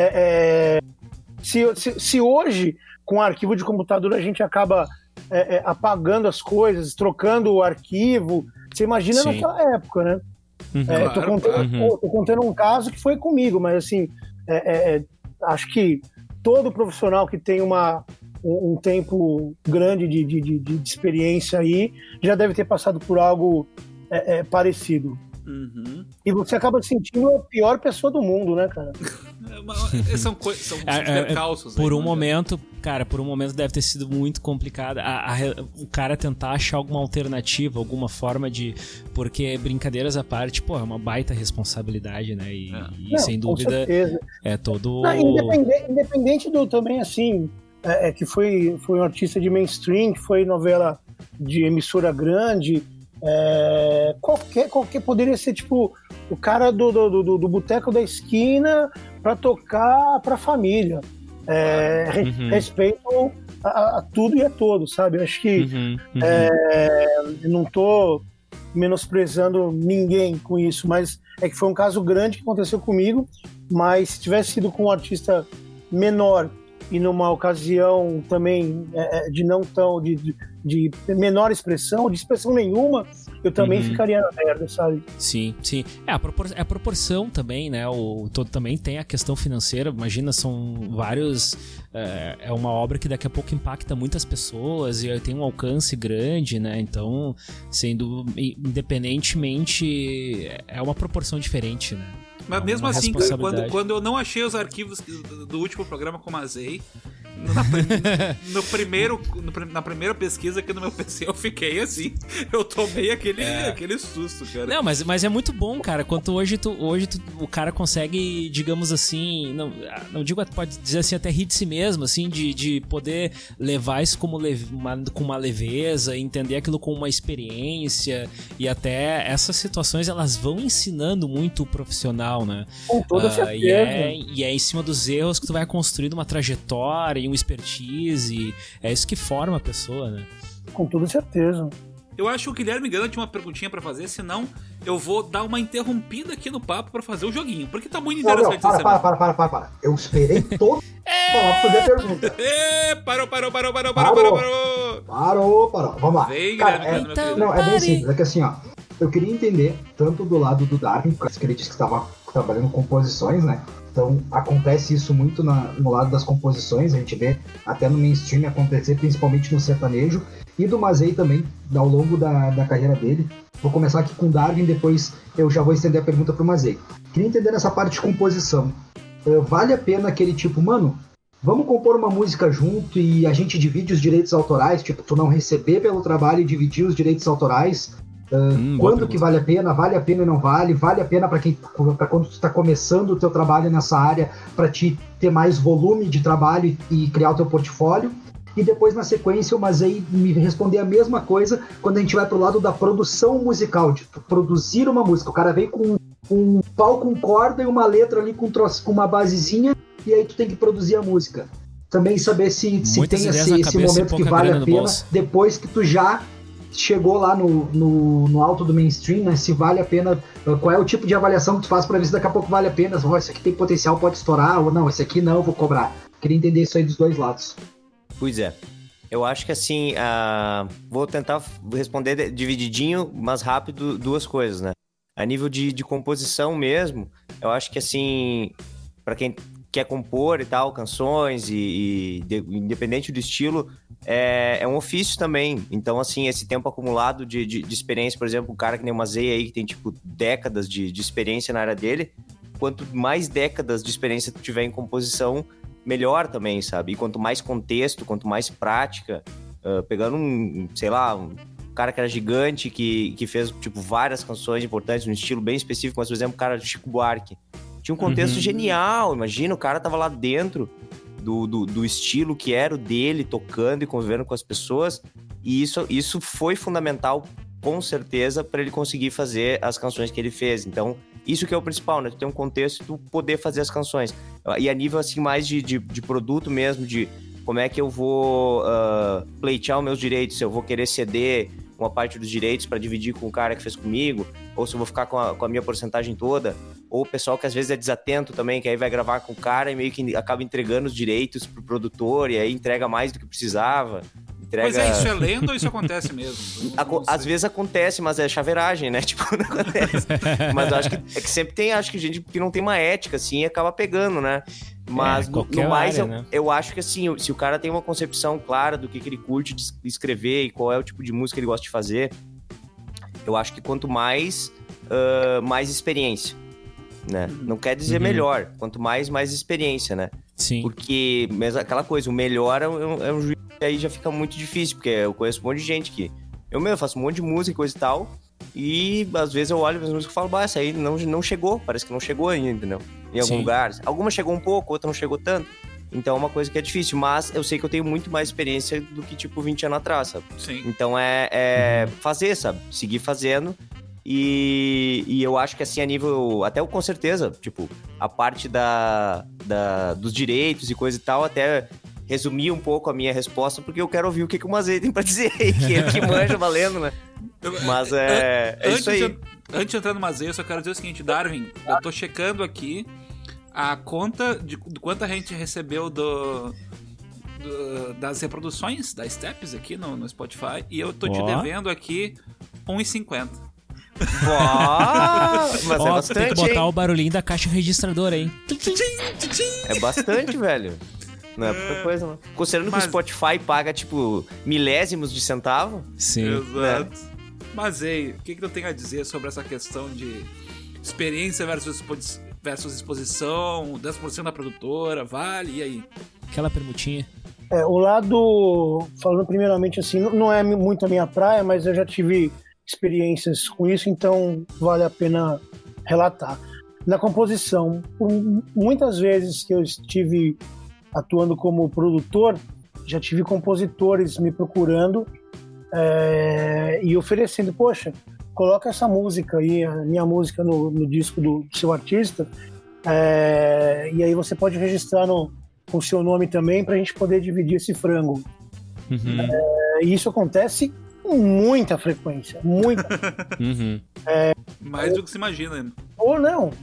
Se hoje, com arquivo de computador, a gente acaba apagando as coisas, trocando o arquivo, você imagina naquela época, né? Uhum. Tô contando um caso que foi comigo, mas assim, acho que todo profissional que tem um tempo grande de experiência aí já deve ter passado por algo parecido. Uhum. E você acaba se sentindo a pior pessoa do mundo, né, cara? São percalços. Por um momento, cara, deve ter sido muito complicado o cara tentar achar alguma alternativa, alguma forma de... Porque, brincadeiras à parte, é uma baita responsabilidade, né? E sem dúvida é todo... Não, independente do também, assim, que foi um artista de mainstream, que foi novela de emissora grande... qualquer poderia ser tipo o cara do boteco da esquina para tocar pra família. Respeito a tudo e a todos, sabe? Eu acho que eu não tô menosprezando ninguém com isso, mas é que foi um caso grande que aconteceu comigo, mas se tivesse sido com um artista menor e numa ocasião também de não tão de menor expressão, de expressão nenhuma, eu também ficaria na merda, sabe? Sim. A proporção também, né? Todo também tem a questão financeira. Imagina, são vários... É uma obra que daqui a pouco impacta muitas pessoas e tem um alcance grande, né? Então, sendo independentemente, é uma proporção diferente, né? Mas mesmo assim, quando eu não achei os arquivos do último programa com o Mazei, na primeira pesquisa aqui no meu PC, eu fiquei assim. Eu tomei aquele susto, cara. Não, mas é muito bom, cara. Quanto hoje o cara consegue, digamos assim, não digo, pode dizer assim, até rir de si mesmo, assim, de poder levar isso com uma leveza, entender aquilo com uma experiência, e até essas situações, elas vão ensinando muito o profissional, né? Com toda certeza. E é em cima dos erros que tu vai construindo uma trajetória e um expertise. É isso que forma a pessoa, né? Com toda certeza. Eu acho que o Guilherme Gana tinha uma perguntinha pra fazer, senão eu vou dar uma interrompida aqui no papo pra fazer o joguinho, porque tá muito interessante essa semana. Para. Eu esperei todo pra fazer a pergunta. Parou. Vamos lá. Vem, cara, Guilherme, não, é bem simples. É que assim, ó, eu queria entender, tanto do lado do Darwin, porque ele disse que estava trabalhando composições, né? Então, acontece isso muito no lado das composições, a gente vê até no mainstream acontecer, principalmente no sertanejo, e do Mazei também, ao longo da carreira dele. Vou começar aqui com o Darwin, depois eu já vou estender a pergunta pro Mazei. Queria entender nessa parte de composição. Vale a pena aquele tipo, mano, vamos compor uma música junto e a gente divide os direitos autorais, tipo, tu não receber pelo trabalho e dividir os direitos autorais? Quando que vale a pena e não vale a pena para quando tu está começando o teu trabalho nessa área, para te ter mais volume de trabalho e criar o teu portfólio, e depois na sequência o Mazei me responder a mesma coisa quando a gente vai pro lado da produção musical, de produzir uma música. O cara vem com um pau com corda e uma letra ali com uma basezinha, e aí tu tem que produzir a música. Também saber se tem esse momento que vale a pena, depois que tu já chegou lá no alto do mainstream, né? Se vale a pena, qual é o tipo de avaliação que tu faz pra ver se daqui a pouco vale a pena, esse aqui tem potencial, pode estourar, ou não, esse aqui não, eu vou cobrar. Queria entender isso aí dos dois lados. Pois é. Eu acho que assim, vou tentar responder divididinho, mas rápido, duas coisas, né? A nível de composição mesmo, eu acho que assim, pra quem quer compor e tal, canções independente do estilo, é um ofício também. Então, assim, esse tempo acumulado de experiência, por exemplo, um cara que nem o Mazei aí, que tem, tipo, décadas de experiência na área dele, quanto mais décadas de experiência tu tiver em composição, melhor também, sabe? E quanto mais contexto, quanto mais prática, pegando um cara que era gigante, que fez, tipo, várias canções importantes num estilo bem específico, mas, por exemplo, o cara de Chico Buarque. Tinha um contexto genial, imagina, o cara tava lá dentro do estilo que era o dele, tocando e convivendo com as pessoas, e isso foi fundamental, com certeza, para ele conseguir fazer as canções que ele fez. Então, isso que é o principal, né? Tu ter um contexto e tu poder fazer as canções. E a nível, assim, mais de produto mesmo, de como é que eu vou pleitear os meus direitos, se eu vou querer ceder uma parte dos direitos para dividir com o cara que fez comigo, ou se eu vou ficar com a minha porcentagem toda, ou o pessoal que às vezes é desatento também, que aí vai gravar com o cara e meio que acaba entregando os direitos pro produtor, e aí entrega mais do que precisava. Pois é, isso é lenda ou isso acontece mesmo? Às vezes acontece, mas é chaveiragem, né? Tipo, não acontece. Mas eu acho que sempre tem, acho que gente que não tem uma ética, assim, e acaba pegando, né? Mas no mais, né? Eu acho que assim, se o cara tem uma concepção clara do que ele curte de escrever e qual é o tipo de música que ele gosta de fazer, eu acho que quanto mais experiência, né? Não quer dizer melhor, quanto mais experiência, né? Sim. Porque mesmo aquela coisa, o melhor é um juízo, e aí já fica muito difícil, porque eu conheço um monte de gente que... Eu mesmo faço um monte de música e coisa e tal, e às vezes eu olho as músicas e falo, essa aí não chegou, parece que não chegou ainda, entendeu? Em algum lugar. Alguma chegou um pouco, outra não chegou tanto. Então é uma coisa que é difícil, mas eu sei que eu tenho muito mais experiência do que, tipo, 20 anos atrás, sabe? Sim. Então fazer, sabe? Seguir fazendo. E eu acho que assim, a nível... Até com certeza, tipo, a parte dos direitos e coisa e tal, até resumir um pouco a minha resposta, porque eu quero ouvir o que o Mazei tem pra dizer, que ele que manja valendo, né? Mas é isso aí. Antes de entrar no Mazei, eu só quero dizer o seguinte, Darwin, eu tô checando aqui a conta de quanto a gente recebeu das reproduções da Steps aqui no Spotify, e eu tô te devendo aqui R$1,50. Mas é bastante, tem que botar o barulhinho da caixa registradora, hein? É bastante, velho. Não é pouca coisa, não. Considerando que o Spotify paga, tipo, milésimos de centavo. Sim. Exato. Mas aí, o que tu tem a dizer sobre essa questão de experiência versus exposição, 10% da produtora, vale, e aí? Aquela permutinha. O lado, falando primeiramente assim, não é muito a minha praia, mas eu já tive experiências com isso, então vale a pena relatar. Na composição, muitas vezes que eu estive atuando como produtor, já tive compositores me procurando e oferecendo, poxa, coloca essa música aí, a minha música no disco do seu artista, e aí você pode registrar com o seu nome também pra gente poder dividir esse frango. E isso acontece com muita frequência, muita. Mais do que se imagina, né? Ou não,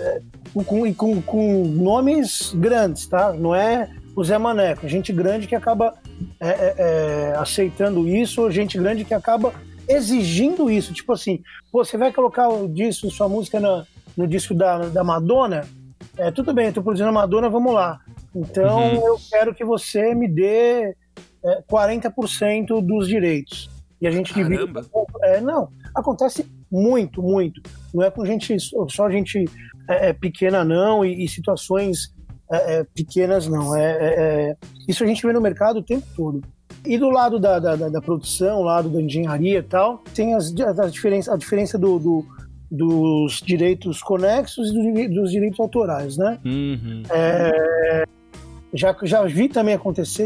com nomes grandes, tá? Não é o Zé Maneco, gente grande que acaba aceitando isso, ou gente grande que acaba exigindo isso. Tipo assim, você vai colocar sua música no disco da Madonna? Tudo bem, eu tô produzindo a Madonna, vamos lá. Então eu quero que você me dê 40% dos direitos. E a gente divide. Não, acontece muito, muito. Não é com só gente pequena, não, e situações pequenas, não. Isso a gente vê no mercado o tempo todo. E do lado da produção, lado da engenharia e tal, tem a diferença dos direitos conexos e dos direitos autorais, né? Já vi também acontecer de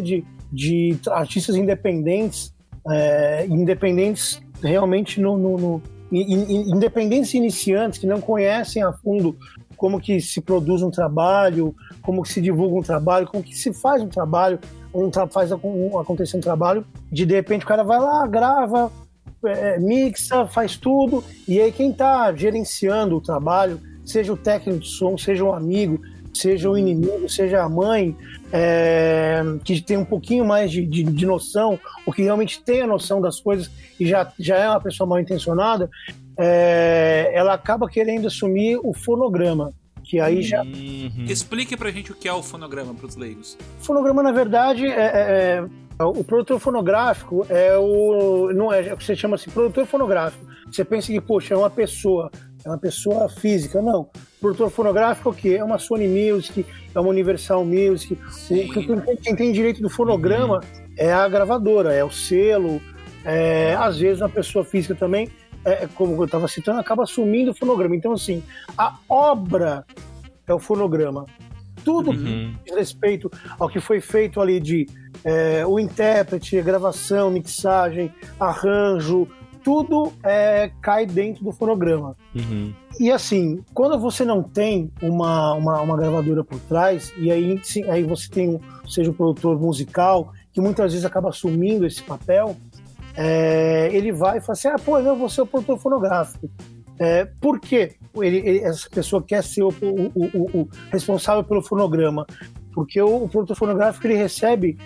de artistas independentes, independentes realmente independentes iniciantes que não conhecem a fundo como que se produz um trabalho, como que se divulga um trabalho, como que se faz um trabalho, faz acontecer um trabalho, de repente o cara vai lá, grava, mixa, faz tudo, e aí quem tá gerenciando o trabalho, seja o técnico de som, seja um amigo, seja o inimigo, seja a mãe, que tem um pouquinho mais de noção, ou que realmente tem a noção das coisas e já é uma pessoa mal intencionada, ela acaba querendo assumir o fonograma, que aí já... Explique pra gente o que é o fonograma pros leigos. O fonograma, na verdade, o produtor fonográfico não é o que você chama assim, produtor fonográfico. Você pensa que, poxa, é uma pessoa física. Não. O produtor fonográfico é o quê? É uma Sony Music, é uma Universal Music. Quem tem direito do fonograma é a gravadora, é o selo. Às vezes uma pessoa física também, como eu estava citando, acaba assumindo o fonograma. Então, assim, a obra é o fonograma. Tudo que diz respeito ao que foi feito ali de o intérprete, gravação, mixagem, arranjo, tudo cai dentro do fonograma. E assim, quando você não tem uma gravadora por trás, e aí você tem, seja o produtor musical, que muitas vezes acaba assumindo esse papel, ele vai e fala assim, eu vou ser o produtor fonográfico. Por quê? Essa pessoa quer ser o responsável pelo fonograma? Porque o produtor fonográfico ele recebe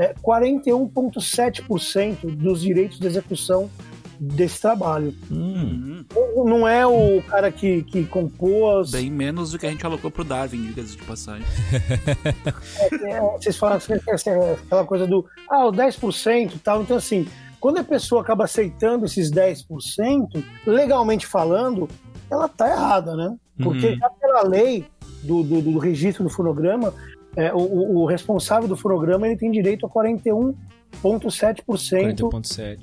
41,7% dos direitos de execução desse trabalho. Não é o cara que compôs... Bem menos do que a gente alocou pro Darwin, diga-se de passagem. Vocês falam aquela coisa do o 10% e tal. Então, assim, quando a pessoa acaba aceitando esses 10%, legalmente falando, ela tá errada, né? Porque já pela lei do registro do fonograma, o responsável do fonograma ele tem direito a 41,7%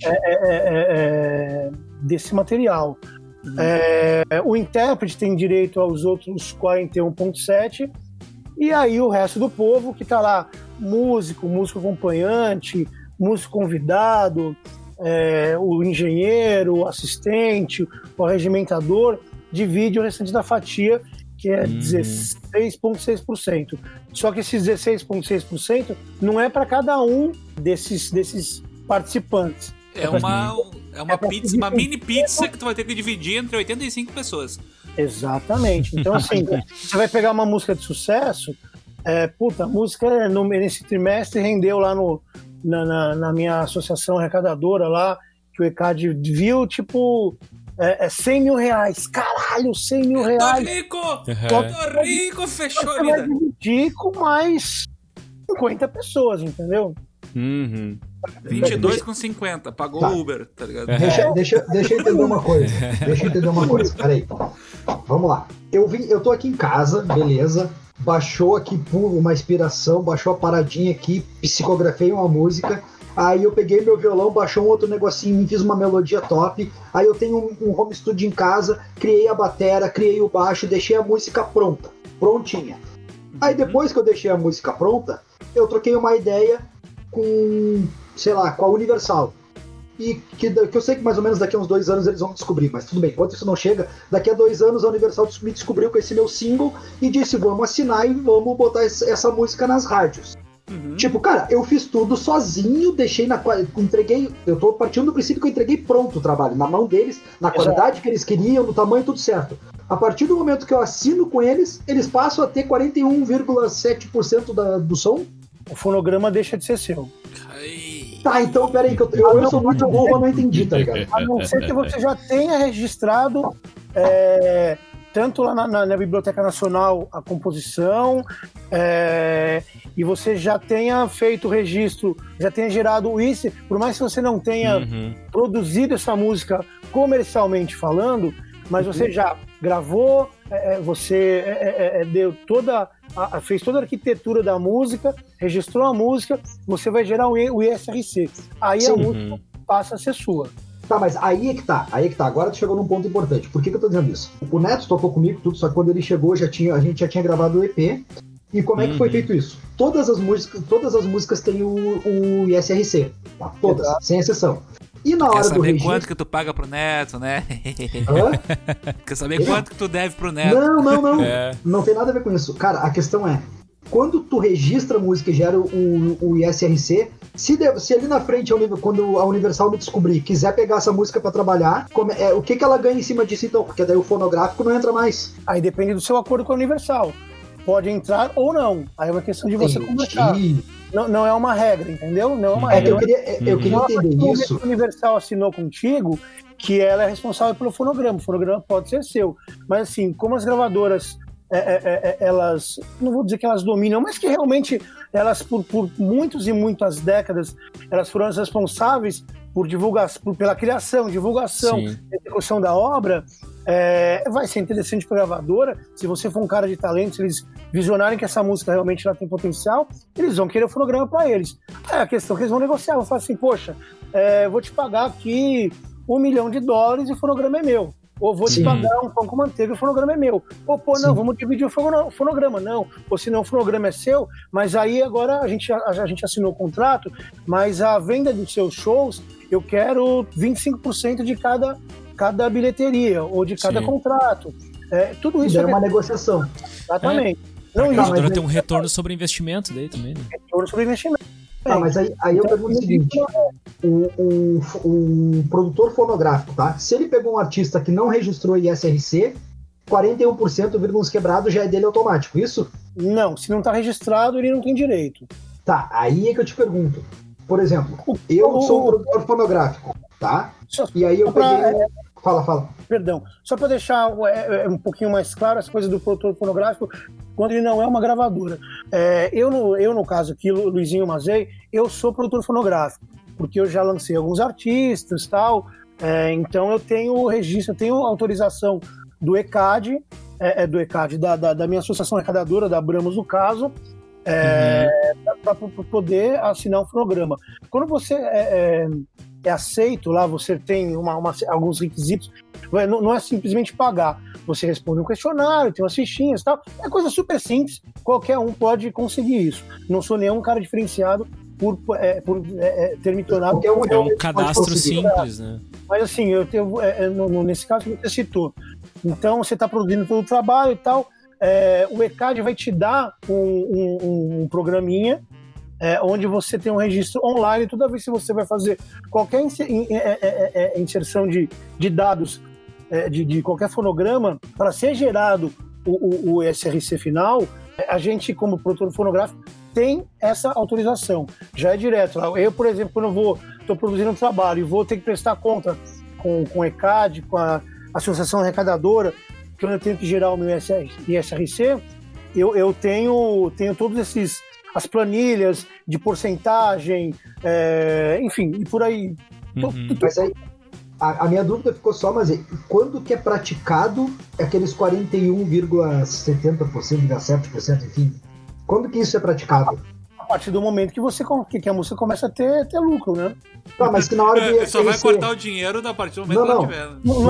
desse material. O intérprete tem direito aos outros 41,7%, e aí o resto do povo que tá lá, músico acompanhante, músico convidado, o engenheiro, o assistente, o arregimentador, divide o restante da fatia, que é 16,6%. Só que esses 16,6% não é para cada um desses participantes. É uma mini pizza que tu vai ter que dividir entre 85 pessoas. Exatamente. Então, assim, você vai pegar uma música de sucesso, a música nesse trimestre rendeu lá na minha associação arrecadadora lá, que o ECAD viu, tipo... 100 mil reais, caralho, 100 mil reais. Tô rico, fechou a vida. Vai dividir com mais 50 pessoas, entendeu? 22,50, pagou o Uber, tá ligado? Deixa eu entender uma coisa. Peraí. Vamos lá. Eu tô aqui em casa, beleza. Baixou aqui por uma inspiração, baixou a paradinha aqui, psicografei uma música. Aí eu peguei meu violão, baixou um outro negocinho, fiz uma melodia top. Aí eu tenho um home studio em casa, criei a batera, criei o baixo, deixei a música prontinha. Aí depois que eu deixei a música pronta, eu troquei uma ideia com a Universal. E que eu sei que mais ou menos daqui a uns 2 anos eles vão me descobrir, mas tudo bem, enquanto isso não chega, daqui a 2 anos a Universal me descobriu com esse meu single e disse, vamos assinar e vamos botar essa música nas rádios. Tipo, cara, eu fiz tudo sozinho, entreguei, eu tô partindo do princípio que eu entreguei pronto o trabalho, na mão deles, na qualidade que eles queriam, no tamanho, tudo certo. A partir do momento que eu assino com eles, eles passam a ter 41,7% do som. O fonograma deixa de ser seu. Tá, então peraí, que eu sou muito burro, eu não entendi, tá ligado? A não ser que você já tenha registrado... tanto lá na Biblioteca Nacional a composição, e você já tenha feito o registro, já tenha gerado o ICE, por mais que você não tenha produzido essa música comercialmente falando, mas você já gravou, você deu fez toda a arquitetura da música, registrou a música, você vai gerar o ISRC. Aí a música passa a ser sua. Tá, mas aí é que tá. Agora tu chegou num ponto importante. Por que eu tô dizendo isso? O Neto tocou comigo tudo, só que quando ele chegou, a gente já tinha gravado o EP. E como é que foi feito isso? Todas as músicas têm o ISRC, tá? Todas, sem exceção. E na hora do registro... Quer saber quanto que tu paga pro Neto, né? Quer saber quanto que tu deve pro Neto? Não. Não tem nada a ver com isso. Cara, a questão é, quando tu registra a música e gera o ISRC, se ali na frente, quando a Universal me descobrir, quiser pegar essa música pra trabalhar, o que ela ganha em cima disso então? Porque daí o fonográfico não entra mais. Aí depende do seu acordo com a Universal. Pode entrar ou não. Aí é uma questão de você conversar. Não é uma regra, entendeu? Não é uma regra. Eu queria entender isso. A Universal assinou contigo que ela é responsável pelo fonograma. O fonograma pode ser seu. Mas assim, como as gravadoras, elas, não vou dizer que elas dominam, mas que realmente elas, por muitas e muitas décadas, elas foram as responsáveis por divulgação, pela criação, divulgação e execução da obra. Vai ser interessante para a gravadora. Se você for um cara de talento, se eles visionarem que essa música realmente ela tem potencial, eles vão querer o fonograma para eles. A questão que eles vão negociar, vão falar assim, poxa, vou te pagar aqui $1 milhão e o fonograma é meu. Ou vou te pagar um pão com manteiga e o fonograma é meu. Ou, não, vamos dividir o fonograma, não. Ou senão o fonograma é seu, mas aí agora a gente assinou o contrato, mas a venda dos seus shows, eu quero 25% de cada bilheteria, ou de cada contrato. Tudo isso é uma negociação. Exatamente. A gravadora tem um retorno sobre investimento daí também, né? Retorno sobre investimento. Mas aí eu pergunto o seguinte, o produtor fonográfico, tá? Se ele pegou um artista que não registrou ISRC, 41% vírgulas quebrado já é dele automático, isso? Não, se não tá registrado, ele não tem direito. Tá, aí é que eu te pergunto. Por exemplo, eu sou um produtor fonográfico, tá? E aí eu peguei... Fala. Perdão, só para deixar um pouquinho mais claro as coisas do produtor fonográfico, quando ele não é uma gravadora. Eu no caso aqui, Luizinho Mazei, eu sou produtor fonográfico, porque eu já lancei alguns artistas e tal, então eu tenho o registro, eu tenho autorização do ECAD, da minha associação arrecadadora, da Abramos no caso, para poder assinar um fonograma. Quando você é aceito lá, você tem alguns requisitos, não é simplesmente pagar, você responde um questionário, tem umas fichinhas e tal, é coisa super simples, qualquer um pode conseguir isso, não sou nenhum cara diferenciado por ter me tornado... É um cadastro simples, né? Mas assim, eu tenho, nesse caso que você citou, então você está produzindo todo o trabalho e tal, o ECAD vai te dar um programinha onde você tem um registro online. Toda vez que você vai fazer qualquer inserção de dados de qualquer fonograma, para ser gerado o SRC final, a gente, como produtor fonográfico, tem essa autorização. Já é direto. Eu, por exemplo, quando estou produzindo um trabalho e vou ter que prestar conta com o ECAD, com a Associação Arrecadadora, que eu tenho que gerar o meu ISRC, eu tenho todos as planilhas de porcentagem, enfim, e por aí. Mas aí, a minha dúvida ficou só, mas quando que é praticado aqueles 41,70%, 7%, enfim? Quando que isso é praticado? A partir do momento que que a música começa a ter lucro, né? Mas que na hora do só vai cortar o dinheiro a partir do momento que ela tiver.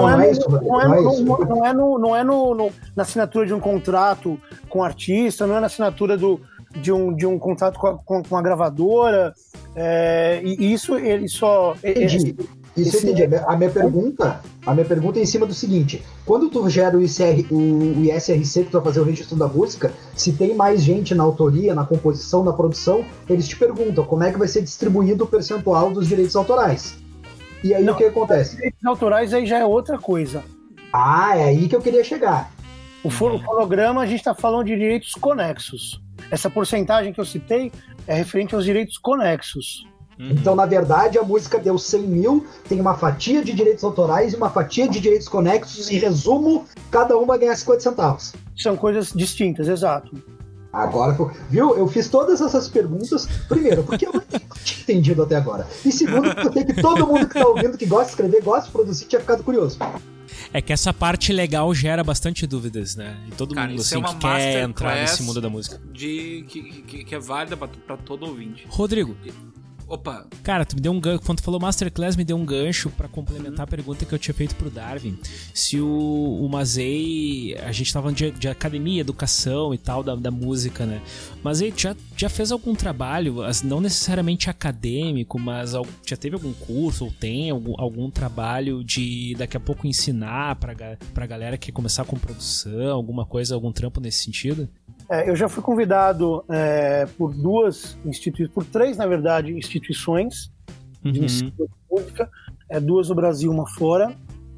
Não é na assinatura de um contrato com o artista, não é na assinatura de um contrato com a gravadora, e isso ele só... Entendi. Isso eu entendi. A minha pergunta é em cima do seguinte: quando tu gera o ISRC que tu vai fazer o registro da música, se tem mais gente na autoria, na composição, na produção, eles te perguntam como é que vai ser distribuído o percentual dos direitos autorais. E aí o que acontece? Os direitos autorais aí já é outra coisa. É aí que eu queria chegar. O fonograma, a gente está falando de direitos conexos. Essa porcentagem que eu citei é referente aos direitos conexos. Então, na verdade, a música deu 100 mil, tem uma fatia de direitos autorais e uma fatia de direitos conexos, em resumo, cada uma ganha 50 centavos. São coisas distintas, exato. Agora, viu? Eu fiz todas essas perguntas, primeiro, porque eu não tinha entendido até agora. E segundo, porque eu sei que todo mundo que está ouvindo, que gosta de escrever, gosta de produzir, tinha ficado curioso. É que essa parte legal gera bastante dúvidas, né? E todo mundo assim, que quer entrar nesse mundo da música. Que é válida pra todo ouvinte. Rodrigo, Opa! Cara, tu me deu um gancho, quando tu falou Masterclass, me deu um gancho pra complementar a pergunta que eu tinha feito pro Darwin. Se o Mazei, a gente tava falando de academia, educação e tal, da música, né? Mazei, já fez algum trabalho, não necessariamente acadêmico, mas já teve algum curso ou tem algum trabalho de daqui a pouco ensinar pra galera que quer começar com produção, alguma coisa, algum trampo nesse sentido? Eu já fui convidado por por três, na verdade, instituições de ensino de música, 2 no Brasil, uma fora.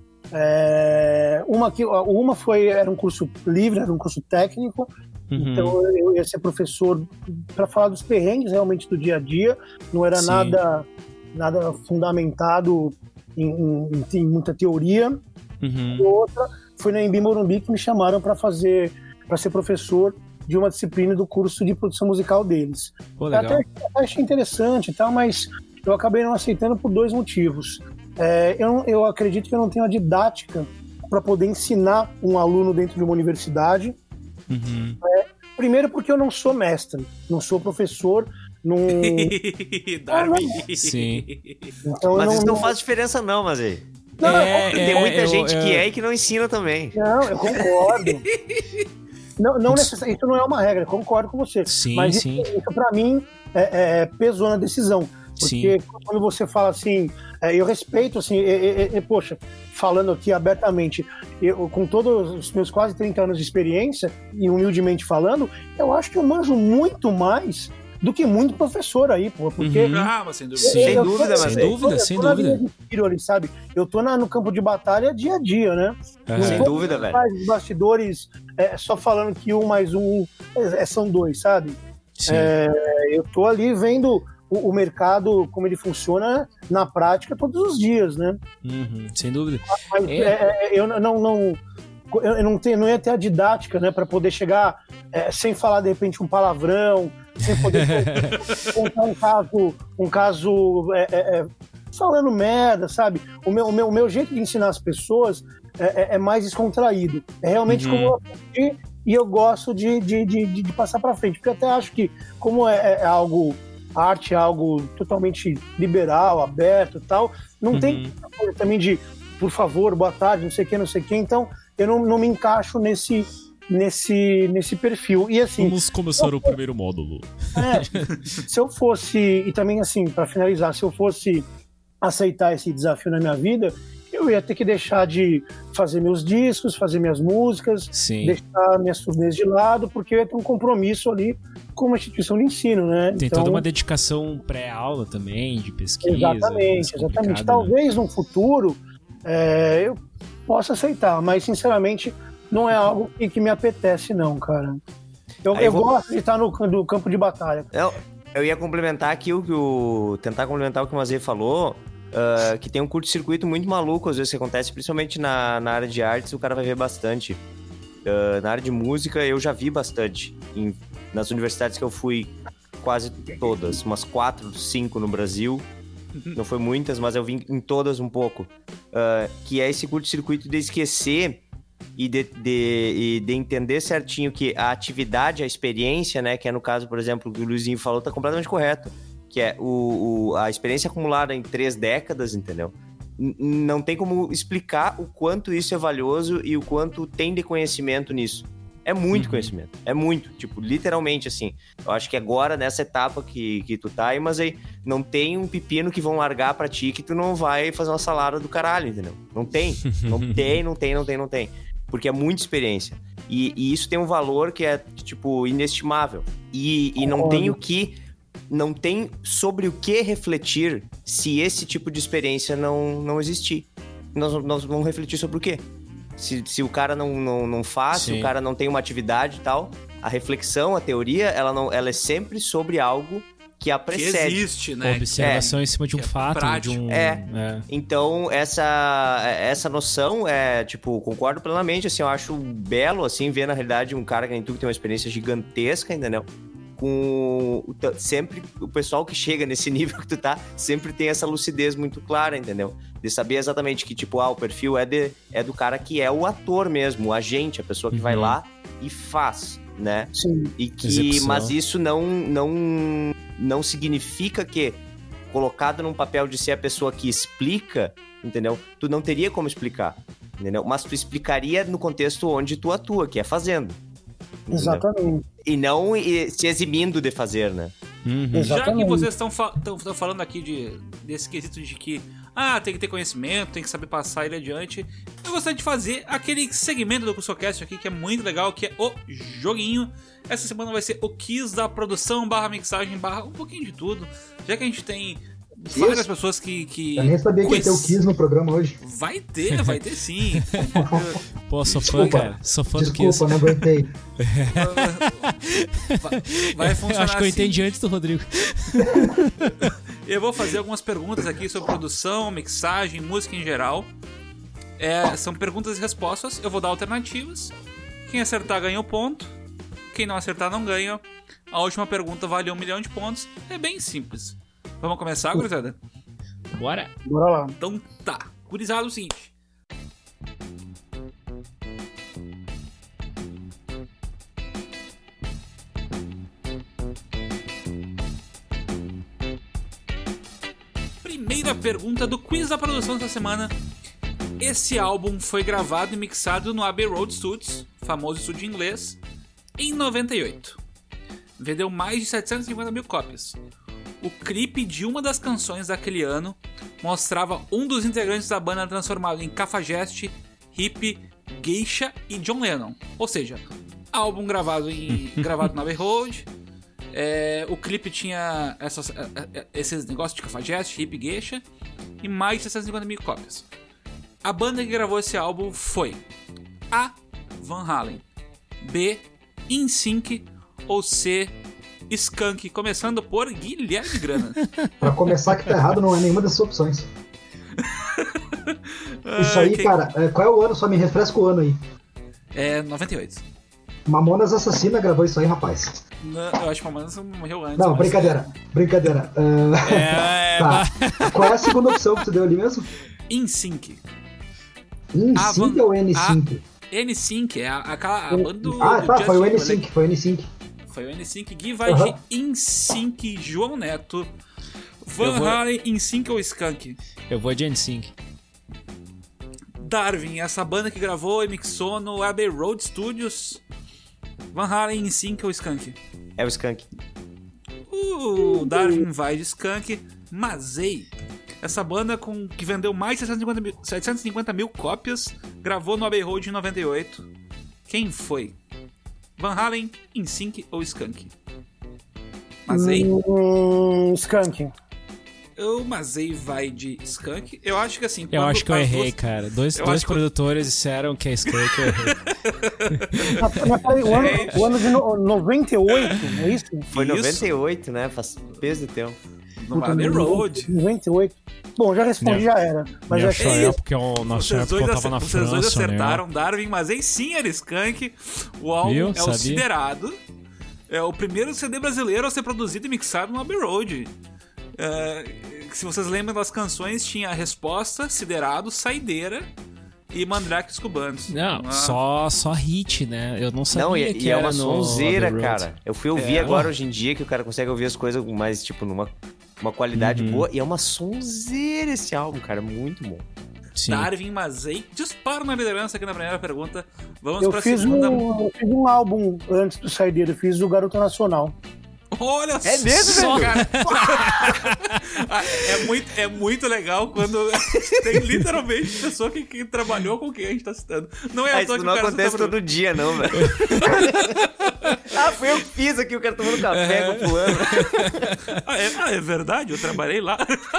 Uma era um curso livre, era um curso técnico, então eu ia ser professor para falar dos perrengues realmente do dia a dia, não era nada fundamentado em muita teoria. E outra foi na Embi Morumbi que me chamaram para ser professor de uma disciplina do curso de produção musical deles. Pô, legal. Até achei interessante e tal, mas eu acabei não aceitando por 2 motivos. Eu acredito que eu não tenho a didática para poder ensinar um aluno dentro de uma universidade. Primeiro porque eu não sou mestre, não sou professor, não... Sim. Então, mas isso não faz diferença não, mas aí. Tem muita gente que e que não ensina também. Não, eu concordo. Não necessariamente, isso não é uma regra, concordo com você. Sim, mas sim. Isso pra mim pesou na decisão. Porque quando você fala assim, eu respeito, assim, poxa, falando aqui abertamente, eu, com todos os meus quase 30 anos de experiência, e humildemente falando, eu acho que eu manjo muito mais do que muito professor aí, pô, porque... mas sem dúvida. Sem dúvida. Ali, sabe? Eu tô no campo de batalha dia a dia, né? Sem dúvida, velho. Os bastidores, só falando que 1 mais 1 são 2, sabe? Eu tô ali vendo o mercado, como ele funciona na prática todos os dias, né? Sem dúvida. Mas eu não ia ter a didática, né, para poder chegar sem falar de repente um palavrão, sem poder contar um caso falando merda, sabe? O meu jeito de ensinar as pessoas é mais descontraído. É realmente como eu aprendi e eu gosto de passar para frente, porque eu até acho que como a arte é algo totalmente liberal, aberto e tal, não tem coisa também de por favor, boa tarde, não sei o que, então eu não me encaixo nesse perfil. E assim... Vamos começar o primeiro módulo. Se eu fosse, e também assim, para finalizar, se eu fosse aceitar esse desafio na minha vida, eu ia ter que deixar de fazer meus discos, fazer minhas músicas, deixar minhas turnês de lado, porque eu ia ter um compromisso ali com uma instituição de ensino, né? Tem toda uma dedicação pré-aula também, de pesquisa. Exatamente. Talvez no futuro eu possa aceitar, mas sinceramente não é algo que me apetece não, cara. Eu gosto de estar no campo de batalha. Eu ia complementar aqui tentar complementar o que o Mazei falou, que tem um curto-circuito muito maluco às vezes que acontece, principalmente na área de artes, o cara vai ver bastante. Na área de música eu já vi bastante. Nas universidades que eu fui, quase todas, umas 4, 5 no Brasil. Não foi muitas, mas eu vim em todas um pouco. Que é esse curto-circuito de esquecer e de entender certinho que a atividade, a experiência, né, que é no caso, por exemplo, o que o Luizinho falou, tá completamente correto. Que é a experiência acumulada em 3 décadas, entendeu? Não tem como explicar o quanto isso é valioso e o quanto tem de conhecimento nisso. É muito conhecimento, é muito, tipo, literalmente, assim. Eu acho que agora, nessa etapa que tu tá aí, mas aí não tem um pepino que vão largar pra ti que tu não vai fazer uma salada do caralho, entendeu? Não tem. Porque é muita experiência. E isso tem um valor que é, tipo, inestimável. E não tem sobre o que refletir se esse tipo de experiência não existir. Nós vamos refletir sobre o quê? Se o cara não faz, se o cara não tem uma atividade e tal, a reflexão, a teoria, ela é sempre sobre algo que a precede. Que existe, né? Observação em cima de um fato. Então, essa noção tipo, concordo plenamente, assim, eu acho belo, assim, ver, na realidade, um cara que nem tu que tem uma experiência gigantesca, entendeu? Sempre o pessoal que chega nesse nível que tu tá sempre tem essa lucidez muito clara, entendeu? De saber exatamente que, tipo, o perfil é do cara que é o ator mesmo, o agente, a pessoa que vai lá e faz, né? Sim. Mas isso não significa que colocado num papel de ser a pessoa que explica, entendeu? Tu não teria como explicar, entendeu? Mas tu explicaria no contexto onde tu atua, que é fazendo. Entendeu? Exatamente. E não se eximindo de fazer, né? Já que vocês estão falando aqui desse quesito de que tem que ter conhecimento, tem que saber passar ele adiante, eu gostaria de fazer aquele segmento do CuscoCast aqui que é muito legal, que é o joguinho. Essa semana vai ser o quiz da produção / mixagem / um pouquinho de tudo, já que a gente tem várias pessoas que eu nem sabia que ia ter o quiz no programa hoje. Vai ter sim. Pô, sou fã, cara. Sou fã do quiz. Desculpa, não aguentei. Vai funcionar. Acho que eu assim. entendi antes do Rodrigo. Eu vou fazer algumas perguntas aqui sobre produção, mixagem, música em geral. São perguntas e respostas. Eu vou dar alternativas. Quem acertar ganha o ponto. Quem não acertar não ganha. A última pergunta vale 1 milhão de pontos. É bem simples. Vamos começar, gurizada? Bora. Bora lá. Então tá. Gurizada, é o seguinte. Primeira pergunta do quiz da produção dessa semana. Esse álbum foi gravado e mixado no Abbey Road Studios, famoso estúdio inglês, em 98. Vendeu mais de 750 mil cópias. O clipe de uma das canções daquele ano mostrava um dos integrantes da banda transformado em cafajeste, hippie, geisha e John Lennon. Ou seja, álbum gravado no Abbey Road. O clipe tinha esses negócios de cafajeste, hippie, geisha e mais de 750 mil cópias. A banda que gravou esse álbum foi A. Van Halen, B. NSYNC ou C. Skank, começando por Guilherme Grana. Pra começar que tá errado, não é nenhuma dessas opções. Isso aí, cara, qual é o ano? Só me refresca o ano aí. 98. Mamonas Assassina gravou isso aí, rapaz. Não, eu acho que Mamonas morreu antes. Não, brincadeira. Tá. Qual é a segunda opção que tu deu ali mesmo? NSYNC. NSYNC ou N5? NSYNC, é a banda do foi o N5, foi o N5. Foi o N5. Gui vai de NSYNC, João Neto. Van Halen, NSYNC ou Skank? Eu vou de NSYNC. Darwin, essa banda que gravou e mixou no Abbey Road Studios. Van Halen, NSYNC ou Skank? É o Skank. Darwin vai de Skank. Mazei, essa banda que vendeu mais de 750 mil cópias, gravou no Abbey Road em 98. Quem foi? Van Halen, NSYNC ou Skank? Mazei? Skank. O Mazei vai de Skank. Eu acho que assim... Eu acho que eu errei, cara. Dois produtores disseram que é Skank, eu errei. O ano de 98, é isso? Foi 98, né? Faz peso de tempo. No Abbey Road. 98. Bom, já respondi, já era. Mas já achei. Porque o nosso época eu tava na França. Vocês dois acertaram, né? Darwin, mas aí sim era Skank. O álbum o Siderado. É o primeiro CD brasileiro a ser produzido e mixado no Abbey Road. Se vocês lembram das canções, tinha a Resposta, Siderado, Saideira e Mandrakes Cubanos. Não, só hit, né? Eu não sabia que era uma sonzeira, no cara. Eu fui ouvir agora, hoje em dia, que o cara consegue ouvir as coisas mais, tipo, numa qualidade boa. E é uma sonzeira esse álbum, cara. Muito bom. Sim. Darwin Mazei dispara na liderança aqui na primeira pergunta. Vamos pra segunda. Eu fiz um álbum antes do Saideira. Eu fiz o Garota Nacional. Olha só! É mesmo, cara? É muito legal quando tem literalmente pessoa que trabalhou com quem a gente tá citando. Não é isso não acontece todo dia, não, velho. Foi eu que fiz aqui, o cara tomando café com o fulano. É verdade, eu trabalhei lá.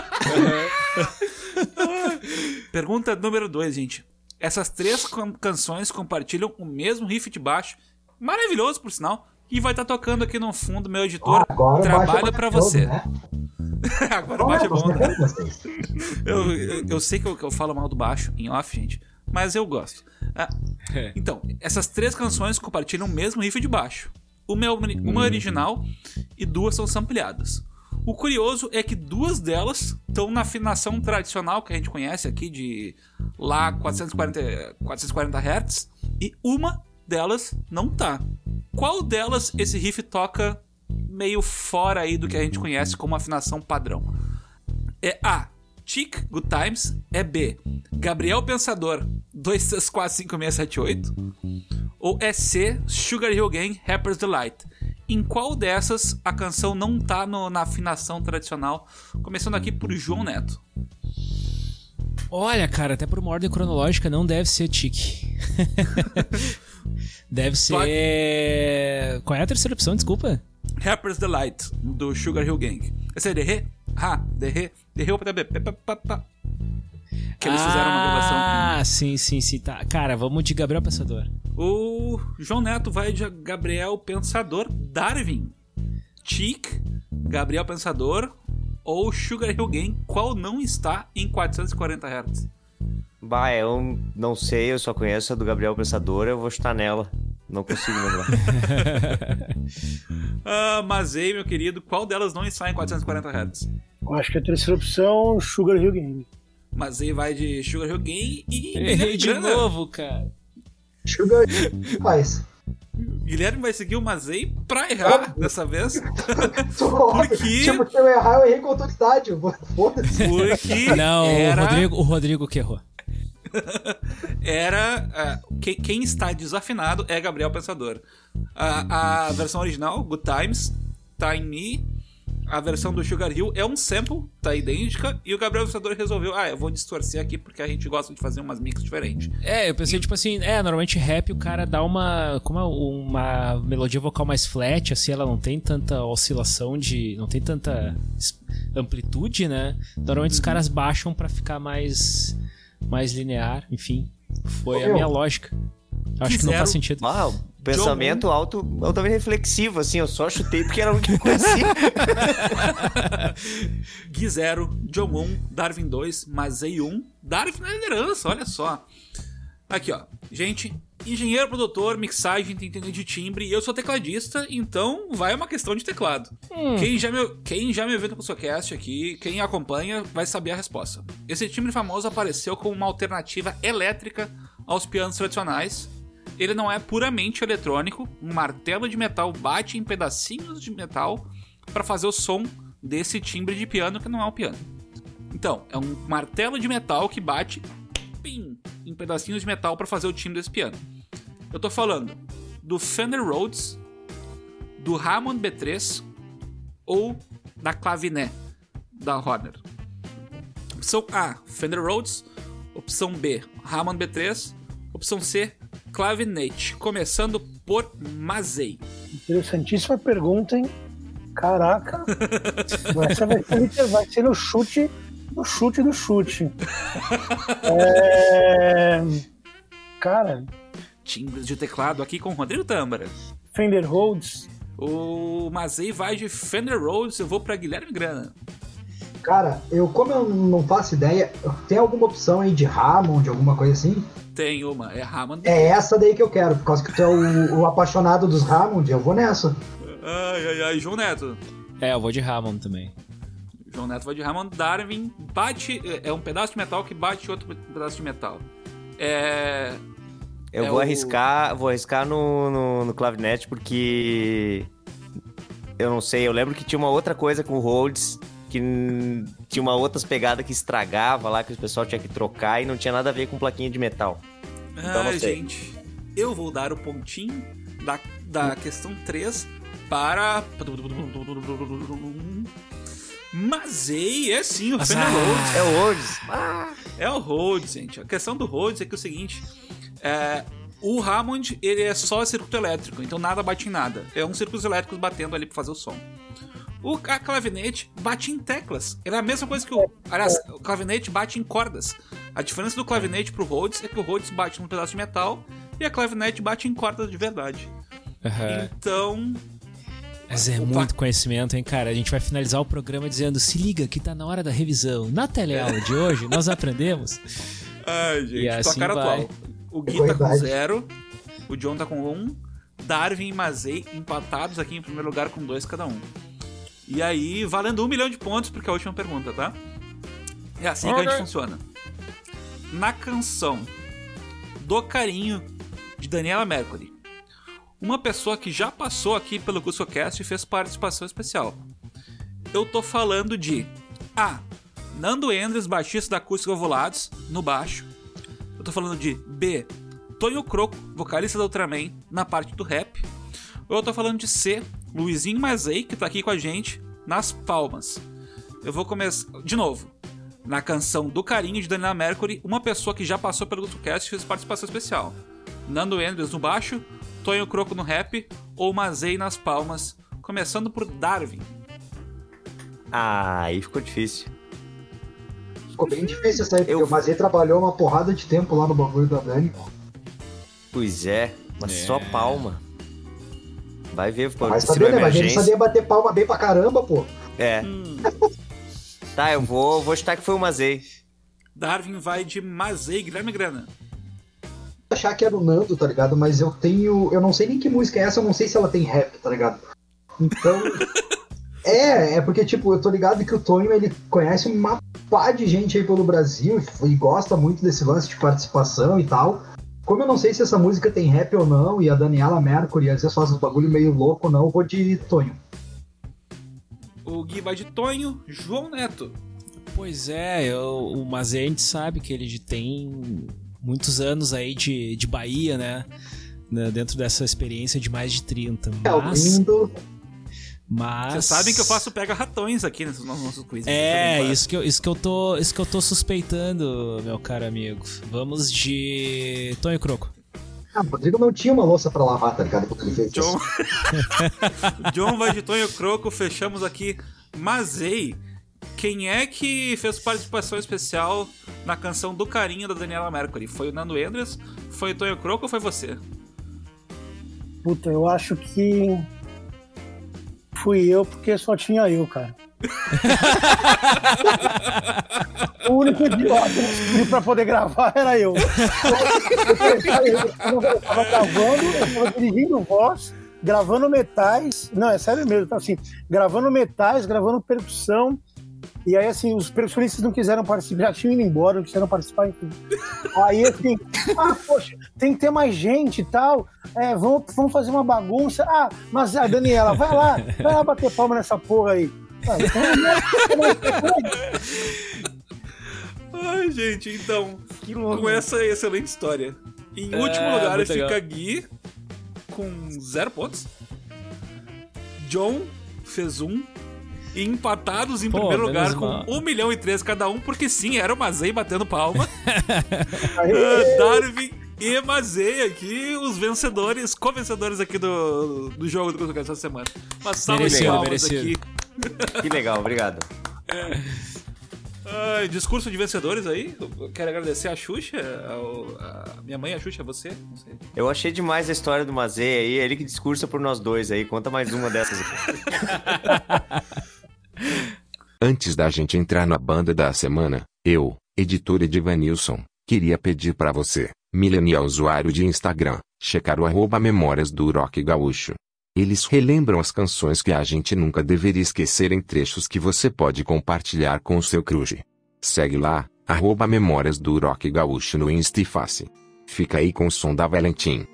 Pergunta número 2, gente. Essas 3 canções compartilham o mesmo riff de baixo, maravilhoso por sinal, e vai estar tocando aqui no fundo, meu editor. Trabalha pra você. Né? Agora o baixo é bom, né? Eu sei que eu falo mal do baixo em off, gente, mas eu gosto. Então, essas 3 canções compartilham o mesmo riff de baixo. Uma é original e 2 são sampleadas. O curioso é que 2 delas estão na afinação tradicional que a gente conhece aqui de Lá 440 Hz e uma delas não tá. Qual delas esse riff toca meio fora aí do que a gente conhece como afinação padrão? É A, Chic, Good Times. É B, Gabriel Pensador, 2345678. Ou é C, Sugar Hill Gang, Rapper's Delight. Em qual dessas a canção não tá na afinação tradicional? Começando aqui por João Neto. Olha, cara, até por uma ordem cronológica não deve ser Chic. Deve ser... Qual é a terceira opção, desculpa? Rapper's Delight, do Sugar Hill Gang. Esse é Derre? Derre pra B. Que eles fizeram uma gravação. Ah, sim, tá. Cara, vamos de Gabriel Pensador. O João Neto vai de Gabriel Pensador. Darwin, Chic, Gabriel Pensador ou Sugar Hill Gang, qual não está em 440 Hz? Bah, eu não sei, eu só conheço a do Gabriel Pensador, eu vou chutar nela. Não consigo lembrar. Mas aí, meu querido, qual delas não está em 440 Hz? Eu acho que a terceira opção, Sugar Hill Gang. Mas aí vai de Sugar Hill Gang e... Errei de novo, cara. Sugar faz. Guilherme vai seguir o Mazei pra errar dessa vez. Porque... Tipo, se eu errar, eu errei com autoridade. Foda-se. Porque não, o Rodrigo que errou. Quem está desafinado é Gabriel Pensador. A versão original, Good Times, tá em Mi. A versão do Sugar Hill é um sample, tá idêntica. E o Gabriel Pensador resolveu, eu vou distorcer aqui porque a gente gosta de fazer umas mix diferentes. Eu pensei, tipo assim, normalmente rap o cara dá uma melodia vocal mais flat, assim, ela não tem tanta oscilação não tem tanta amplitude, né? Normalmente os caras baixam pra ficar mais linear, enfim. Foi a minha lógica. Acho que não faz sentido. Pensamento altamente reflexivo, assim, eu só chutei porque era o que eu conhecia. Gui 0, John 1, Darwin 2, Mazei 1, Darwin na liderança, olha só. Aqui, ó. Gente, engenheiro, produtor, mixagem, tem entendimento de timbre, e eu sou tecladista, então vai uma questão de teclado. Quem já me viu no PulsoCast aqui, quem acompanha, vai saber a resposta. Esse timbre famoso apareceu como uma alternativa elétrica aos pianos tradicionais. Ele não é puramente eletrônico, um martelo de metal bate em pedacinhos de metal para fazer o som desse timbre de piano que não é um piano. Então, é um martelo de metal que bate em pedacinhos de metal para fazer o timbre desse piano. Eu tô falando do Fender Rhodes, do Hammond B3 ou da Clavinet da Horner. Opção A, Fender Rhodes. Opção B, Hammond B3. Opção C, Clavinet. Começando por Mazei. Interessantíssima pergunta, hein? Caraca. Essa vai ser no chute do chute. Cara... Timbres de teclado aqui com o Rodrigo Tâmara. Fender Rhodes. O Mazei vai de Fender Rhodes, eu vou pra Guilherme Grana. Cara, como eu não faço ideia, tem alguma opção aí de Hammond, alguma coisa assim? Tem uma, é Hammond. É essa daí que eu quero, por causa que tu é o apaixonado dos Hammond, eu vou nessa. Ai, João Neto. Eu vou de Hammond também. João Neto vai de Hammond. Darwin bate, é um pedaço de metal que bate outro pedaço de metal. Eu vou arriscar no Clavinet porque eu não sei, eu lembro que tinha uma outra coisa com o Rhodes, que tinha uma outras pegadas que estragava lá, que o pessoal tinha que trocar e não tinha nada a ver com plaquinha de metal. Então não sei. Gente, eu vou dar o pontinho da questão 3 para... Mazei, é sim, o Fender Rhodes. É o Rhodes. É o Rhodes, gente. A questão do Rhodes é que é o seguinte... o Hammond, ele é só circuito elétrico, então nada bate em nada. É um circuito elétrico batendo ali pra fazer o som. A Clavinet bate em teclas. É a mesma coisa que o Clavinet bate em cordas. A diferença do Clavinet pro Rhodes é que o Rhodes bate num pedaço de metal e a Clavinet bate em cordas de verdade. Então... Mas muito conhecimento, hein, cara? A gente vai finalizar o programa dizendo: se liga que tá na hora da revisão. Na teleaula de hoje, nós aprendemos. Ai, gente, assim tua cara atual. O Gui tá com 0, o John tá com 1, Darwin e Mazei empatados aqui em primeiro lugar com 2 cada um. E aí, valendo 1 milhão de pontos, porque é a última pergunta, tá? É assim que a gente funciona. Na canção Do Carinho, de Daniela Mercury, uma pessoa que já passou aqui pelo CuscoCast e fez participação especial. Eu tô falando de A, Nando Endres, baixista da Acústica Ovulados, no baixo. Eu tô falando de B, Tonho Croco, vocalista da Ultraman, na parte do rap. Ou eu tô falando de C, Luizinho Mazei, que tá aqui com a gente, nas palmas. Eu vou começar de novo. Na canção Do Carinho, de Daniela Mercury, uma pessoa que já passou pelo GustoCast fez participação especial. Nando Endres no baixo, Tonho Croco no rap ou Mazei nas palmas, começando por Darwin. Aí ficou difícil. Ficou bem difícil essa aí, porque o Mazei trabalhou uma porrada de tempo lá no bagulho da Dani. Pois é, mas só palma. Vai ver, pô. Mas sabia, né? Mas ele sabia bater palma bem pra caramba, pô. É. Tá, eu vou chutar que foi o Mazei. Darwin vai de Mazei, Guilherme Grana. Achar que era o Nando, tá ligado? Mas eu não sei nem que música é essa, eu não sei se ela tem rap, tá ligado? Então... É porque, tipo, eu tô ligado que o Tonho, ele conhece uma pá de gente aí pelo Brasil e gosta muito desse lance de participação e tal. Como eu não sei se essa música tem rap ou não, e a Daniela Mercury às vezes faz uns bagulho meio louco ou não, eu vou de Tonho. O Gui vai de Tonho, João Neto. Pois é, o Mazei a gente sabe que ele tem muitos anos aí de Bahia, né? Dentro dessa experiência de mais de 30. Mas... lindo. Mas... Vocês sabem que eu faço pega-ratões aqui nesses nossos quizzes. Isso que eu tô suspeitando, meu caro amigo. Vamos de Tonho Croco. O Rodrigo não tinha uma louça pra lavar, tá ligado? Quando ele fez isso. John vai de Tonho Croco, fechamos aqui. Mazei, quem é que fez participação especial na canção Do Carinho da Daniela Mercury? Foi o Nando Endres? Foi o Tonho Croco ou foi você? Puta, eu acho que fui eu, porque só tinha eu, cara. O único idiota pra poder gravar era eu. Eu tava dirigindo voz, gravando metais. Não, é sério mesmo, tá assim, gravando metais, gravando percussão. E aí, assim, os percussionistas não quiseram participar, já tinham ido embora, não quiseram participar, enfim. Aí, assim, poxa, tem que ter mais gente e tal, vamos fazer uma bagunça. Mas a Daniela, vai lá bater palma nessa porra aí. Ai, gente, então, com essa excelente história. Em último lugar, fica Gui, com 0 pontos. John fez 1. E empatados em primeiro lugar com 1.003.000 cada um, porque sim, era o Mazei batendo palma. Darwin e Mazei aqui, os vencedores, co-vencedores aqui do jogo do GustoCast essa semana. Uma salva de palmas aqui. Que legal, obrigado. Discurso de vencedores aí. Eu quero agradecer a Xuxa, a minha mãe, a Xuxa, você? Não sei. Eu achei demais a história do Mazei aí, ele que discursa por nós dois aí. Conta mais uma dessas aqui. Antes da gente entrar na banda da semana, eu, editor Edivanilson, queria pedir pra você, millennial usuário de Instagram, checar o @memórias do Rock Gaúcho. Eles relembram as canções que a gente nunca deveria esquecer em trechos que você pode compartilhar com o seu crush. Segue lá, @memórias do Rock Gaúcho no Insta e Face. Fica aí com o som da Valentim.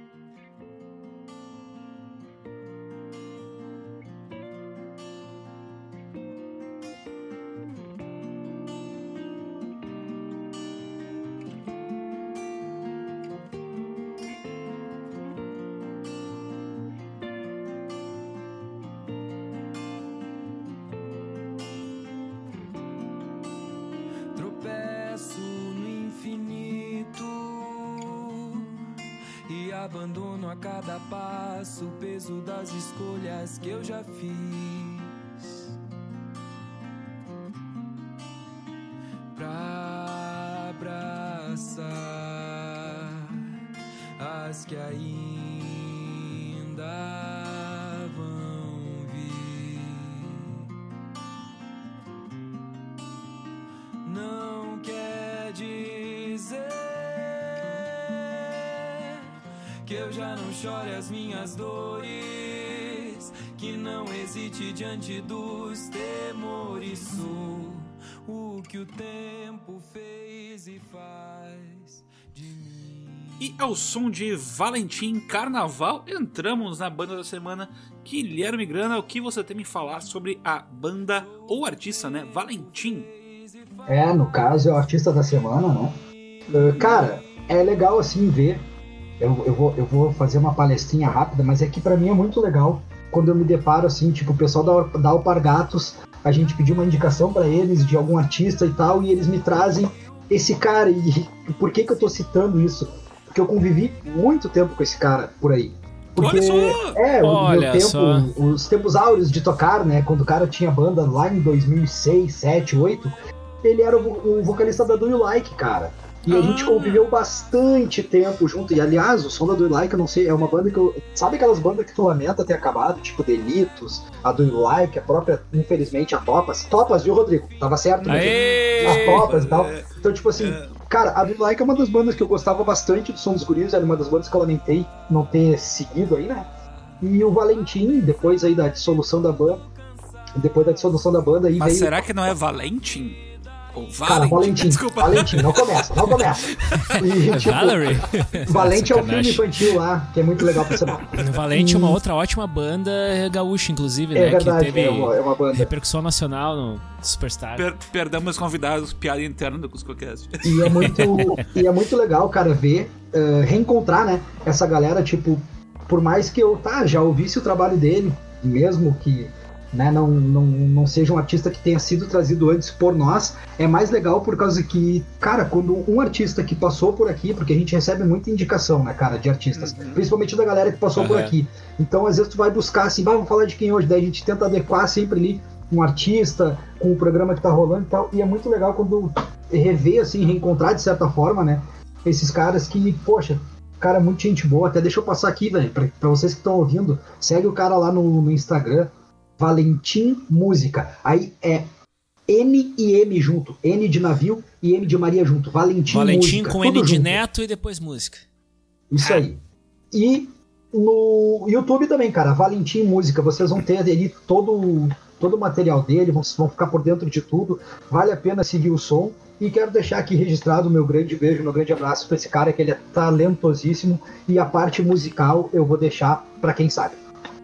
Abandono a cada passo o peso das escolhas que eu já fiz. Pra abraçar as que ainda vão vir. Não quer dizer que eu já não chore as minhas dores, que não hesite diante dos temores. Sou o que o tempo fez e faz de mim. E ao som de Valentim Carnaval, entramos na banda da semana. Guilherme Grana, o que você tem me falar sobre a banda ou artista, né? Valentim. No caso é o artista da semana, né? Cara, é legal assim ver. Eu vou fazer uma palestrinha rápida, mas é que pra mim é muito legal quando eu me deparo assim, tipo, o pessoal da Alpargatos, a gente pediu uma indicação pra eles de algum artista e tal, e eles me trazem esse cara. E por que eu tô citando isso? Porque eu convivi muito tempo com esse cara por aí. Porque os tempos áureos de tocar, né? Quando o cara tinha banda lá em 2006, 2007, 2008, ele era o vocalista da Do You Like, cara. E a gente conviveu bastante tempo junto. E aliás, o som da Do You Like, eu não sei, é uma banda que eu... Sabe aquelas bandas que tu lamenta ter acabado? Tipo Delitos, a Do You Like, a própria, infelizmente, a Topas. Topas, viu, Rodrigo? Tava certo, né? As Topas e tal. Então, tipo assim, cara, a Do You Like é uma das bandas que eu gostava bastante do som dos guris. Era uma das bandas que eu lamentei não ter seguido aí, né? E o Valentim, depois aí da dissolução da banda... aí Mas veio... será que não é Valentim? Cara, Valentim, não começa. E, tipo, Valerie? Valente é o filme infantil lá, que é muito legal pra ser. Valente é uma outra ótima banda gaúcha, inclusive, né? Verdade, que teve é uma banda. repercussão nacional no Superstar. Perdemos convidados, piada interna do CuscoCast. E é muito legal, cara, ver, reencontrar, né, essa galera, tipo, por mais que eu já ouvisse o trabalho dele, mesmo que, né, não seja um artista que tenha sido trazido antes por nós, é mais legal por causa que, cara, quando um artista que passou por aqui, porque a gente recebe muita indicação, né, cara, de artistas, principalmente da galera que passou por aqui, então às vezes tu vai buscar assim, vamos falar de quem hoje, daí a gente tenta adequar sempre ali um artista com o programa que tá rolando e tal, e é muito legal quando rever, assim, reencontrar de certa forma, né, esses caras que, poxa, cara, muito gente boa, até deixa eu passar aqui, velho, pra vocês que estão ouvindo, segue o cara lá no Instagram, Valentim Música. Aí é N e M junto. N de navio e M de Maria junto. Valentim Música. Com N de junto. Neto e depois música. Isso aí. E no YouTube também, cara. Valentim Música. Vocês vão ter ali todo o material dele. Vão ficar por dentro de tudo. Vale a pena seguir o som. E quero deixar aqui registrado o meu grande beijo, meu grande abraço pra esse cara, que ele é talentosíssimo. E a parte musical eu vou deixar pra quem sabe.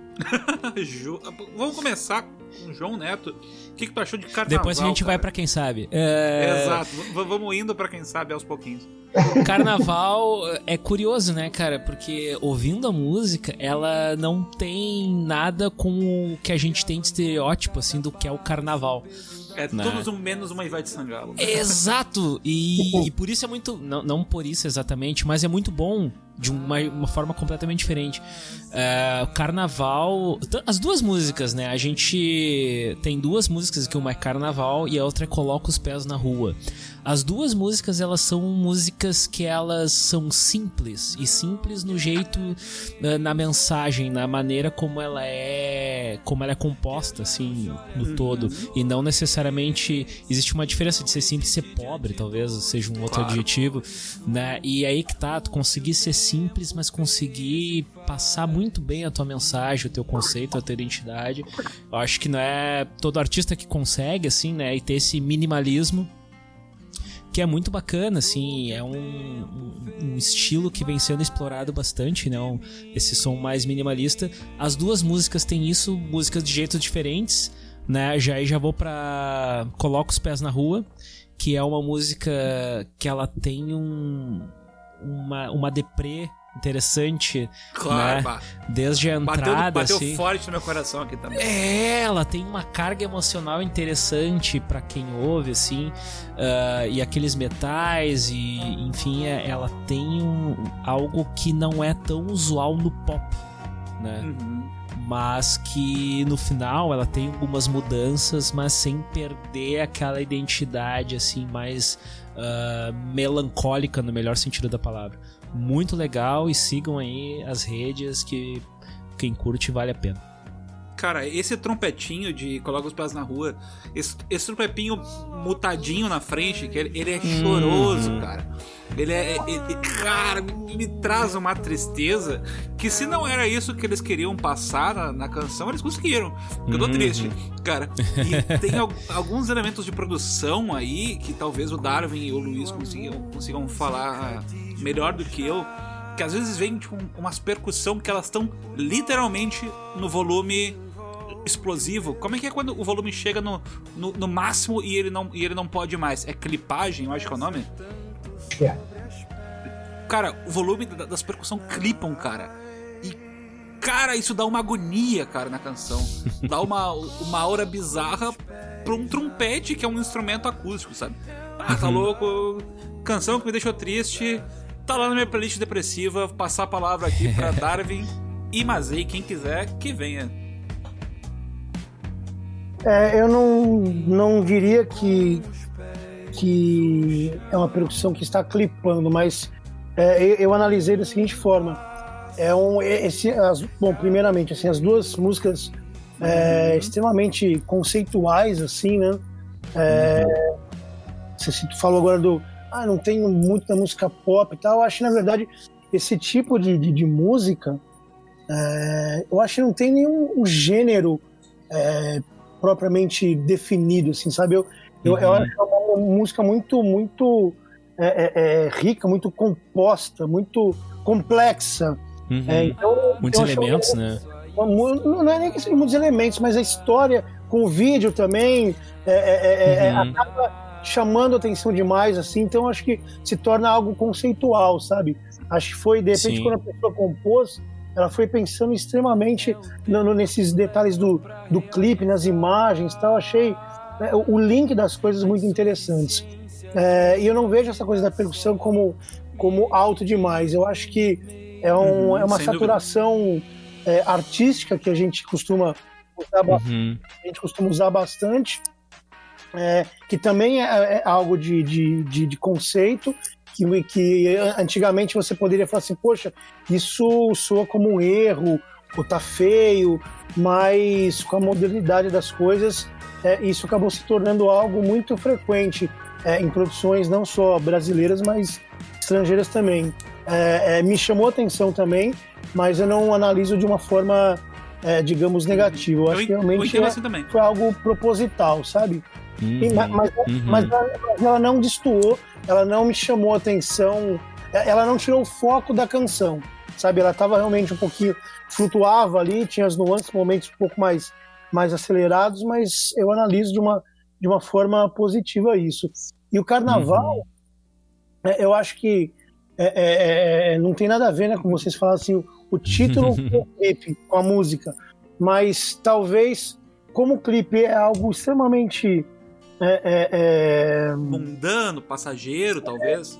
Vamos começar com o João Neto. O que tu achou de Carnaval? Depois a gente vai pra quem sabe. Exato, vamos indo pra quem sabe aos pouquinhos. Carnaval é curioso, né, cara? Porque ouvindo a música, ela não tem nada com o que a gente tem de estereótipo, assim, do que é o carnaval. É todos menos uma Ivete Sangalo. Exato! E por isso é muito... Não por isso exatamente, mas é muito bom de uma forma completamente diferente. O Carnaval... As duas músicas, né? A gente tem duas músicas aqui, uma é Carnaval e a outra é Coloca os Pés na Rua. As duas músicas, elas são músicas que elas são simples. E simples no jeito, na mensagem, na maneira como ela é composta, assim, no todo. E não necessariamente existe uma diferença de ser simples e ser pobre, talvez seja um outro adjetivo, né? E aí que tá, tu conseguir ser simples, mas conseguir passar muito bem a tua mensagem, o teu conceito, a tua identidade. Eu acho que não é todo artista que consegue, assim, né? E ter esse minimalismo, que é muito bacana, assim, é um estilo que vem sendo explorado bastante, né, esse som mais minimalista. As duas músicas têm isso, músicas de jeitos diferentes, né, já vou pra Coloca os Pés na Rua, que é uma música que ela tem uma deprê interessante, claro, né? Desde a entrada, bateu assim, forte no meu coração aqui também. Ela tem uma carga emocional interessante pra quem ouve, assim, e aqueles metais, e enfim, ela tem algo que não é tão usual no pop, né? Mas que no final ela tem algumas mudanças, mas sem perder aquela identidade, assim, mais melancólica, no melhor sentido da palavra. Muito legal, e sigam aí as redes, que quem curte vale a pena. Cara, esse trompetinho de Coloca os Pés na Rua, esse trompetinho mutadinho na frente, que ele é choroso, cara. Ele cara, me traz uma tristeza que, se não era isso que eles queriam passar na canção, eles conseguiram. Eu tô triste, cara. E tem alguns elementos de produção aí que talvez o Darwin e o Luiz consigam falar melhor do que eu, que às vezes vem tipo umas percussão que elas estão literalmente no volume explosivo. Como é que é quando o volume chega no máximo e ele não pode mais? É clipagem, eu acho que é o nome? É. Cara, o volume das percussões clipam, cara. E, cara, isso dá uma agonia, cara, na canção. Dá uma aura bizarra pra um trompete, que é um instrumento acústico, sabe? Tá louco. Canção que me deixou triste. Tá lá na minha playlist depressiva. Passar a palavra aqui pra Darwin e Mazei, quem quiser, que venha. Eu não diria que é uma percussão que está clipando, mas eu analisei da seguinte forma. Bom, primeiramente, assim, as duas músicas extremamente conceituais, assim, né? Você falou agora não tenho muito da música pop e tal. Eu acho que, na verdade, esse tipo de música, eu acho que não tem nenhum gênero propriamente definido, assim, sabe? Eu acho que é uma música muito rica, muito composta, muito complexa. Então, muitos elementos, né? Não é nem questão de muitos elementos, mas a história com o vídeo também acaba chamando a atenção demais, assim. Então acho que se torna algo conceitual, sabe? Acho que foi, de repente, quando a pessoa compôs, ela foi pensando extremamente nesses detalhes do clipe, nas imagens e tal. Achei o link das coisas muito interessantes. E eu não vejo essa coisa da percussão como alto demais. Eu acho que é uma saturação artística que a gente costuma usar bastante, que também é algo de conceito, que antigamente você poderia falar assim, poxa, isso soa como um erro, ou tá feio, mas com a modernidade das coisas, isso acabou se tornando algo muito frequente em produções não só brasileiras, mas estrangeiras também. Me chamou a atenção também, mas eu não analiso de uma forma, digamos, negativa. Eu acho que realmente assim também. Foi algo proposital, sabe? Mas ela não destoou, ela não me chamou a atenção, ela não tirou o foco da canção, sabe? Ela estava realmente um pouquinho, flutuava ali, tinha as nuances, momentos um pouco mais acelerados, mas eu analiso de uma forma positiva isso. E o Carnaval, eu acho que não tem nada a ver, né, com vocês falarem assim, o título com o clipe, com a música, mas talvez, como o clipe é algo extremamente mundano, passageiro, talvez.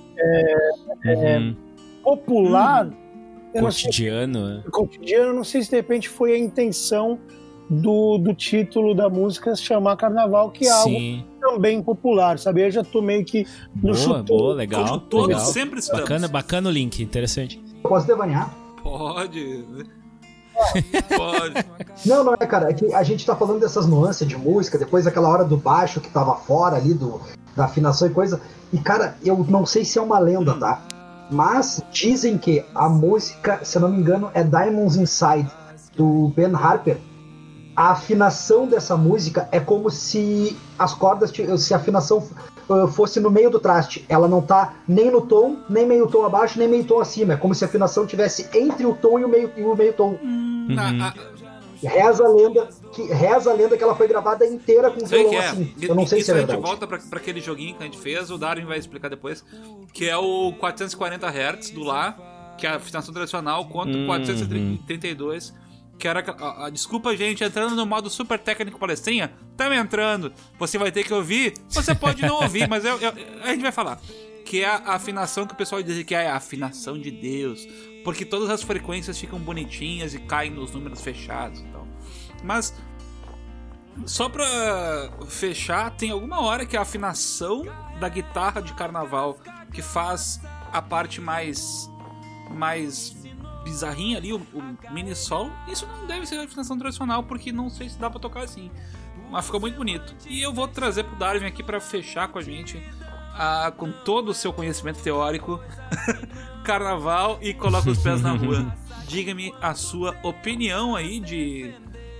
Popular. Cotidiano. Cotidiano, não sei se de repente foi a intenção do título da música chamar Carnaval, que é algo também popular, sabe? Eu já tô meio que no chutão. Boa, legal. Todos legal. sempre estamos. Bacana o link, interessante. Posso devanear? Pode. Pode. Não é, cara, é que a gente tá falando dessas nuances de música, depois daquela hora do baixo que tava fora ali da afinação e coisa, e cara, eu não sei se é uma lenda, tá? Mas dizem que a música, se eu não me engano, é Diamonds Inside, do Ben Harper. A afinação dessa música é como se as cordas, se a afinação fosse no meio do traste. Ela não tá nem no tom, nem meio tom abaixo, nem meio tom acima. É como se a afinação tivesse entre o tom e o meio tom. Reza a lenda que ela foi gravada inteira com violão assim. Eu não sei se é verdade. A gente volta pra aquele joguinho que a gente fez, o Darwin vai explicar depois, que é o 440 Hz do Lá, que é a afinação tradicional, contra o 432, que era desculpa, gente, entrando no modo super técnico palestrinha, tá me entrando, você vai ter que ouvir, você pode não ouvir, mas a gente vai falar, que é a afinação que o pessoal diz que é a afinação de Deus, porque todas as frequências ficam bonitinhas e caem nos números fechados, então. Mas só pra fechar, tem alguma hora que a afinação da guitarra de Carnaval, que faz a parte mais bizarrinha ali, o mini solo, isso não deve ser a afinação tradicional, porque não sei se dá pra tocar assim, mas ficou muito bonito. E eu vou trazer pro Darwin aqui pra fechar com a gente, com todo o seu conhecimento teórico, Carnaval e Coloca os Pés na Rua. Diga-me a sua opinião aí de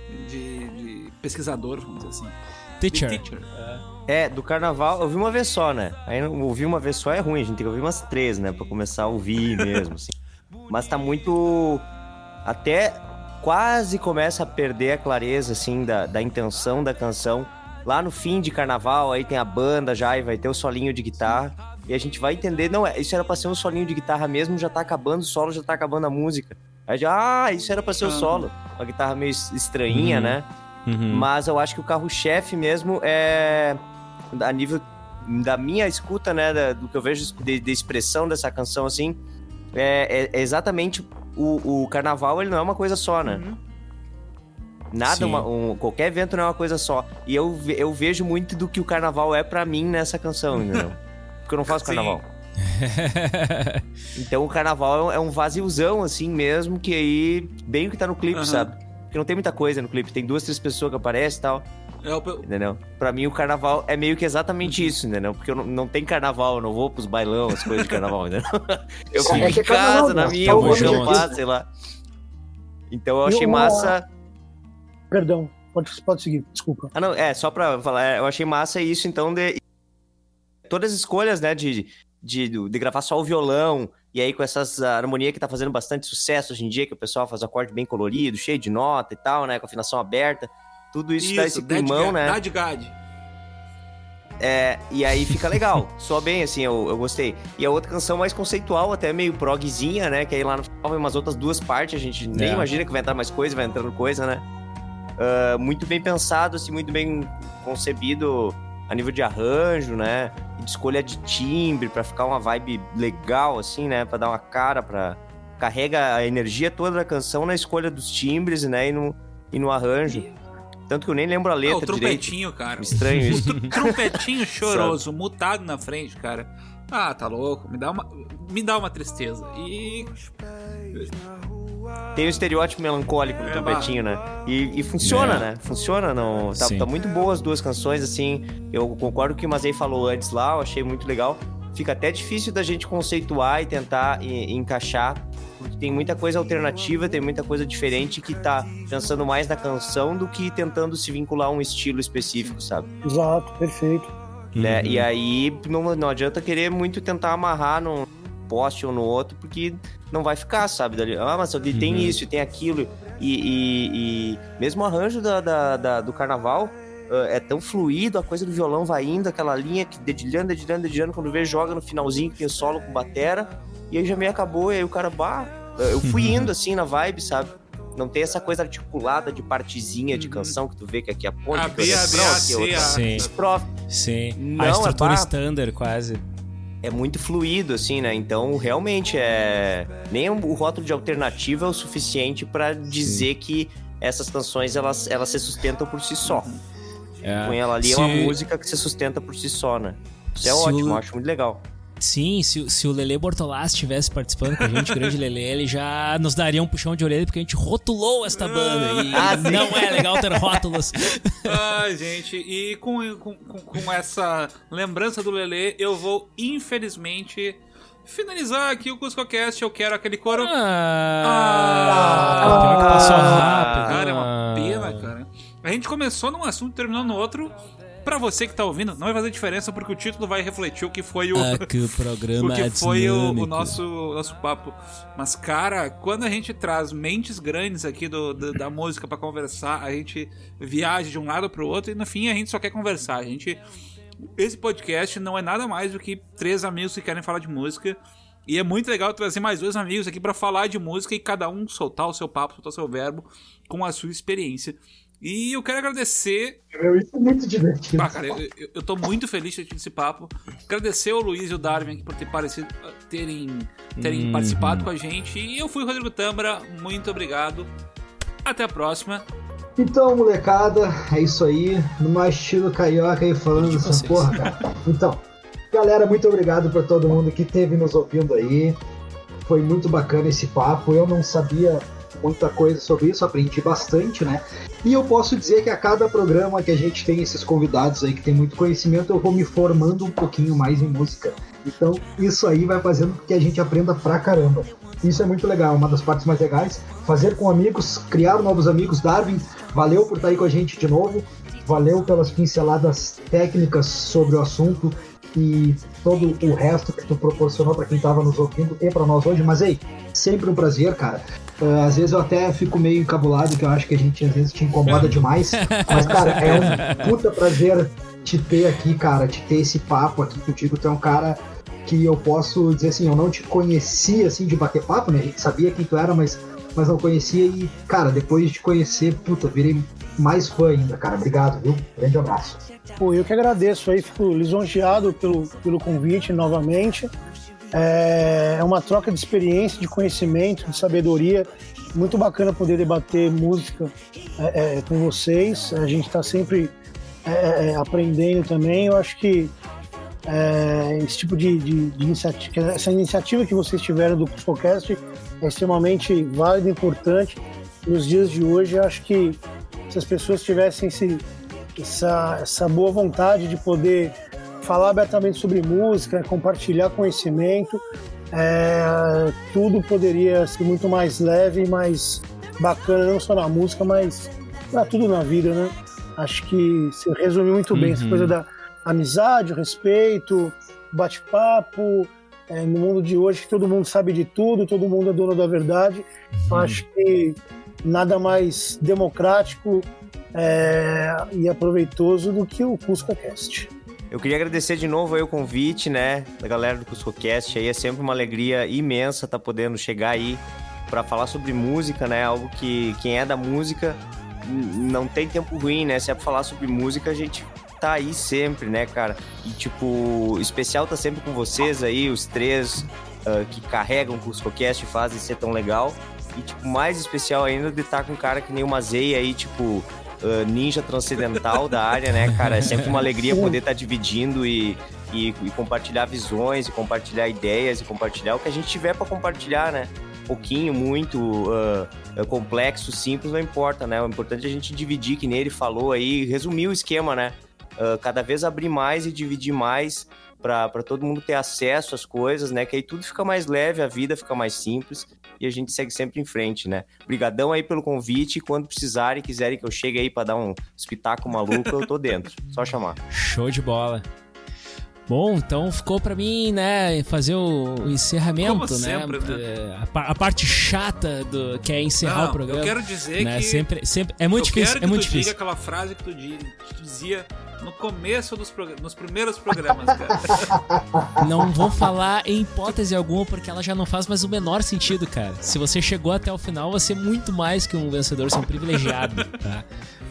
pesquisador, vamos dizer assim. Teacher. Do Carnaval, eu vi uma vez só, né? Aí ouvir uma vez só é ruim, a gente tem que ouvir umas 3, né? Pra começar a ouvir mesmo, assim. Mas tá muito... Até quase começa a perder a clareza, assim, da intenção da canção. Lá no fim de carnaval, aí tem a banda já e vai ter o solinho de guitarra. E a gente vai entender, não, isso era pra ser um solinho de guitarra mesmo, já tá acabando o solo, já tá acabando a música. Aí já, isso era pra ser o solo. Uma guitarra meio estranhinha, né? Mas eu acho que o carro-chefe mesmo é, a nível da minha escuta, né, do que eu vejo de expressão dessa canção, assim, é exatamente o carnaval, ele não é uma coisa só, né? Nada, qualquer evento não é uma coisa só. E eu vejo muito do que o carnaval é pra mim nessa canção, entendeu? Porque eu não faço carnaval. Então o carnaval é um vaziozão, assim mesmo, que aí, bem o que tá no clipe, sabe? Porque não tem muita coisa no clipe, tem 2, 3 pessoas que aparecem e tal. Entendeu? Pra mim o carnaval é meio que exatamente isso, entendeu? Porque não tem carnaval, eu não vou pros bailão, as coisas de carnaval, entendeu? Eu fico em casa, na minha, vou acampar, sei lá. Então eu achei massa... Perdão, pode seguir, desculpa. Não, só pra falar, eu achei massa isso, então, todas as escolhas, né, de gravar só o violão, e aí com essas harmonia que tá fazendo bastante sucesso hoje em dia, que o pessoal faz acorde bem colorido, cheio de nota e tal, né, com afinação aberta, tudo isso dá esse climão, né? E aí fica legal, soa bem, assim, eu gostei. E a outra canção mais conceitual, até meio progzinha, né, que aí lá no final vem umas outras 2 partes, a gente nem imagina que vai entrar mais coisa, vai entrando coisa, né? Muito bem pensado, assim, muito bem concebido a nível de arranjo, né? E de escolha de timbre, pra ficar uma vibe legal, assim, né? Pra dar uma cara, carrega a energia toda da canção na escolha dos timbres, né? E no arranjo. Tanto que eu nem lembro a letra direito. O trompetinho, cara. Estranho isso. O trompetinho choroso, mutado na frente, cara. Ah, tá louco. Me dá uma tristeza. E... Tem um estereótipo melancólico do trompetinho, né? E funciona, né? Funciona, não... Tá muito boa as 2 canções, assim. Eu concordo com o que o Mazei falou antes lá, eu achei muito legal. Fica até difícil da gente conceituar e tentar encaixar, porque tem muita coisa alternativa, tem muita coisa diferente que tá pensando mais na canção do que tentando se vincular a um estilo específico, sabe? Exato, perfeito. Né? E aí não adianta querer muito tentar amarrar num poste ou no outro, porque não vai ficar, sabe? Mas tem isso, tem aquilo. E mesmo o arranjo do carnaval é tão fluido, a coisa do violão vai indo, aquela linha que dedilhando, quando vê, joga no finalzinho que tem solo com batera, e aí já meio acabou, e aí o cara, eu fui indo assim na vibe, sabe? Não tem essa coisa articulada de partezinha de canção que tu vê que aqui é a ponte, aqui é outra. Sim. Não, a estrutura standard, quase. É muito fluido, assim, né? Então, realmente, nem o rótulo de alternativa é o suficiente pra dizer que essas canções, elas se sustentam por si só. Com ela ali é uma música que se sustenta por si só, né? Isso é ótimo, eu acho muito legal. Sim, se o Lelê Bortolassi estivesse participando com a gente, o grande Lelê, ele já nos daria um puxão de orelha, porque a gente rotulou esta banda e não é legal ter rótulos. Ai, gente, e com essa lembrança do Lelê, eu vou, infelizmente, finalizar aqui o CuscoCast. Eu quero aquele coro... Pior que passou rápido. Cara, é uma pena, cara. A gente começou num assunto e terminou no outro. Pra você que tá ouvindo, não vai fazer diferença, porque o título vai refletir o que foi que o programa o que foi o nosso papo. Mas, cara, quando a gente traz mentes grandes aqui da música pra conversar, a gente viaja de um lado pro outro e no fim a gente só quer conversar. Esse podcast não é nada mais do que 3 amigos que querem falar de música. E é muito legal trazer mais 2 amigos aqui pra falar de música e cada um soltar o seu papo, soltar o seu verbo com a sua experiência. E eu quero agradecer... Isso é muito divertido. Cara, eu tô muito feliz de ter tido esse papo. Agradecer ao Luiz e ao Darwin aqui por terem participado com a gente. E eu fui o Rodrigo Tambra. Muito obrigado. Até a próxima. Então, molecada, é isso aí. No mais estilo carioca aí falando dessa porra, cara. Então, galera, muito obrigado por todo mundo que esteve nos ouvindo aí. Foi muito bacana esse papo. Eu não sabia muita coisa sobre isso, aprendi bastante, né? E eu posso dizer que a cada programa que a gente tem esses convidados aí que tem muito conhecimento, eu vou me formando um pouquinho mais em música. Então, isso aí vai fazendo com que a gente aprenda pra caramba. Isso é muito legal, uma das partes mais legais. Fazer com amigos, criar novos amigos. Darwin, valeu por estar aí com a gente de novo. Valeu pelas pinceladas técnicas sobre o assunto. e todo o resto que tu proporcionou para quem tava nos ouvindo e para nós hoje. Mas, ei, sempre um prazer, cara. Às vezes eu até fico meio encabulado, que eu acho que a gente às vezes te incomoda demais. Mas, cara, é um puta prazer te ter aqui, cara, te ter esse papo aqui contigo. Tu é um cara que eu posso dizer assim, eu não te conhecia assim de bater papo, né? A gente sabia quem tu era, mas não conhecia e, cara, depois de te conhecer, puta, virei mais fã ainda, cara. Obrigado, viu? Grande abraço. Pô, eu que agradeço aí, fico lisonjeado pelo convite novamente. É uma troca de experiência, de conhecimento, de sabedoria. Muito bacana poder debater música com vocês. A gente está sempre aprendendo também. Eu acho que esse tipo de iniciativa, essa iniciativa que vocês tiveram do Cuscocast é extremamente válida e importante. Nos dias de hoje, eu acho que se as pessoas tivessem essa boa vontade de poder falar abertamente sobre música, compartilhar conhecimento, tudo poderia ser muito mais leve e mais bacana, não só na música, mas pra tudo na vida, né? Acho que você resumiu muito bem essa coisa da amizade, o respeito, bate-papo, no mundo de hoje que todo mundo sabe de tudo, todo mundo é dono da verdade. Acho que nada mais democrático e aproveitoso do que o Cuscocast. Eu queria agradecer de novo aí o convite, né, da galera do Cuscocast. Aí é sempre uma alegria imensa estar podendo chegar aí para falar sobre música, né, algo que quem é da música não tem tempo ruim, né, se é pra falar sobre música a gente tá aí sempre, né, cara, e tipo, especial tá sempre com vocês aí, os três que carregam o Cuscocast e fazem ser tão legal, e tipo, mais especial ainda de estar com um cara que nem o Mazei aí, tipo, ninja transcendental da área, né, cara? É sempre uma alegria poder estar dividindo e compartilhar visões, e compartilhar ideias, e compartilhar o que a gente tiver para compartilhar, né? Pouquinho, muito, complexo, simples, não importa, né? O importante é a gente dividir, que nem ele falou aí, resumir o esquema, né? Cada vez abrir mais e dividir mais para todo mundo ter acesso às coisas, né? Que aí tudo fica mais leve, a vida fica mais simples e a gente segue sempre em frente, né? Obrigadão aí pelo convite. Quando precisarem, quiserem que eu chegue aí para dar um espetáculo maluco, eu tô dentro. Só chamar. Show de bola. Bom, então ficou pra mim, né, fazer o encerramento, como né? sempre, né? A parte chata que é encerrar o programa. Eu quero dizer né? que sempre é muito difícil, é muito difícil. Diga aquela frase que tu dizia no começo nos primeiros programas, cara. Não vou falar em hipótese alguma porque ela já não faz mais o menor sentido, cara. Se você chegou até o final, você é muito mais que um vencedor, você é um privilegiado, tá?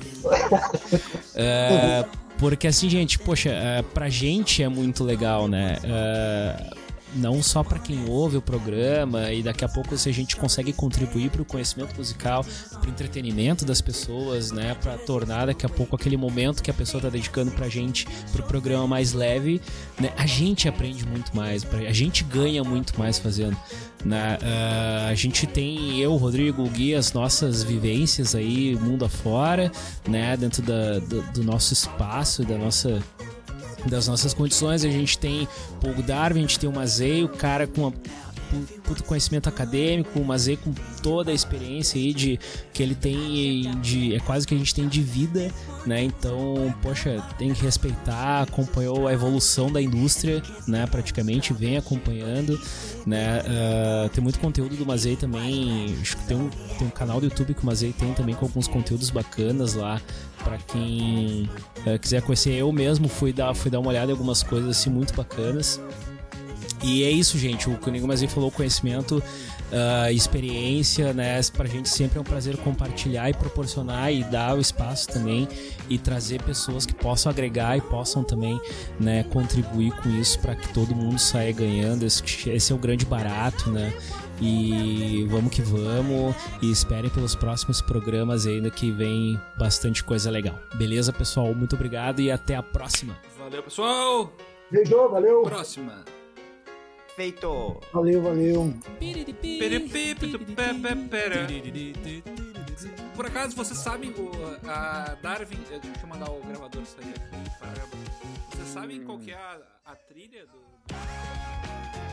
Porque assim, gente, poxa, pra gente é muito legal, né? Não só pra quem ouve o programa e daqui a pouco se a gente consegue contribuir pro conhecimento musical, pro entretenimento das pessoas, né? Pra tornar daqui a pouco aquele momento que a pessoa tá dedicando pra gente, pro programa mais leve, né? A gente aprende muito mais, a gente ganha muito mais fazendo. Né? A gente tem, eu, Rodrigo, o Gui, as nossas vivências aí, mundo afora, né? Dentro do nosso espaço, das nossas condições. A gente tem o Darwin, a gente tem o Mazei, o cara com puto conhecimento acadêmico, o Mazei com toda a experiência aí que ele tem é quase que a gente tem de vida, né? Então, poxa, tem que respeitar, acompanhou a evolução da indústria, né? Praticamente vem acompanhando, né? Tem muito conteúdo do Mazei também, acho que tem um canal do YouTube que o Mazei tem também com alguns conteúdos bacanas lá, pra quem quiser conhecer. Eu mesmo fui dar uma olhada em algumas coisas assim muito bacanas. E é isso, gente, o que o Nego Mazei falou, conhecimento, experiência, né, pra gente sempre é um prazer compartilhar e proporcionar e dar o espaço também e trazer pessoas que possam agregar e possam também, né, contribuir com isso para que todo mundo saia ganhando. Esse é o grande barato, né? E vamos que vamos, e esperem pelos próximos programas ainda, que vem bastante coisa legal. Beleza, pessoal? Muito obrigado e até a próxima. Valeu, pessoal! Beijo, valeu! Próxima! Feito! Valeu! Por acaso vocês sabem a Darwin, deixa eu mandar o gravador sair aqui. Vocês sabem qual que é a trilha do...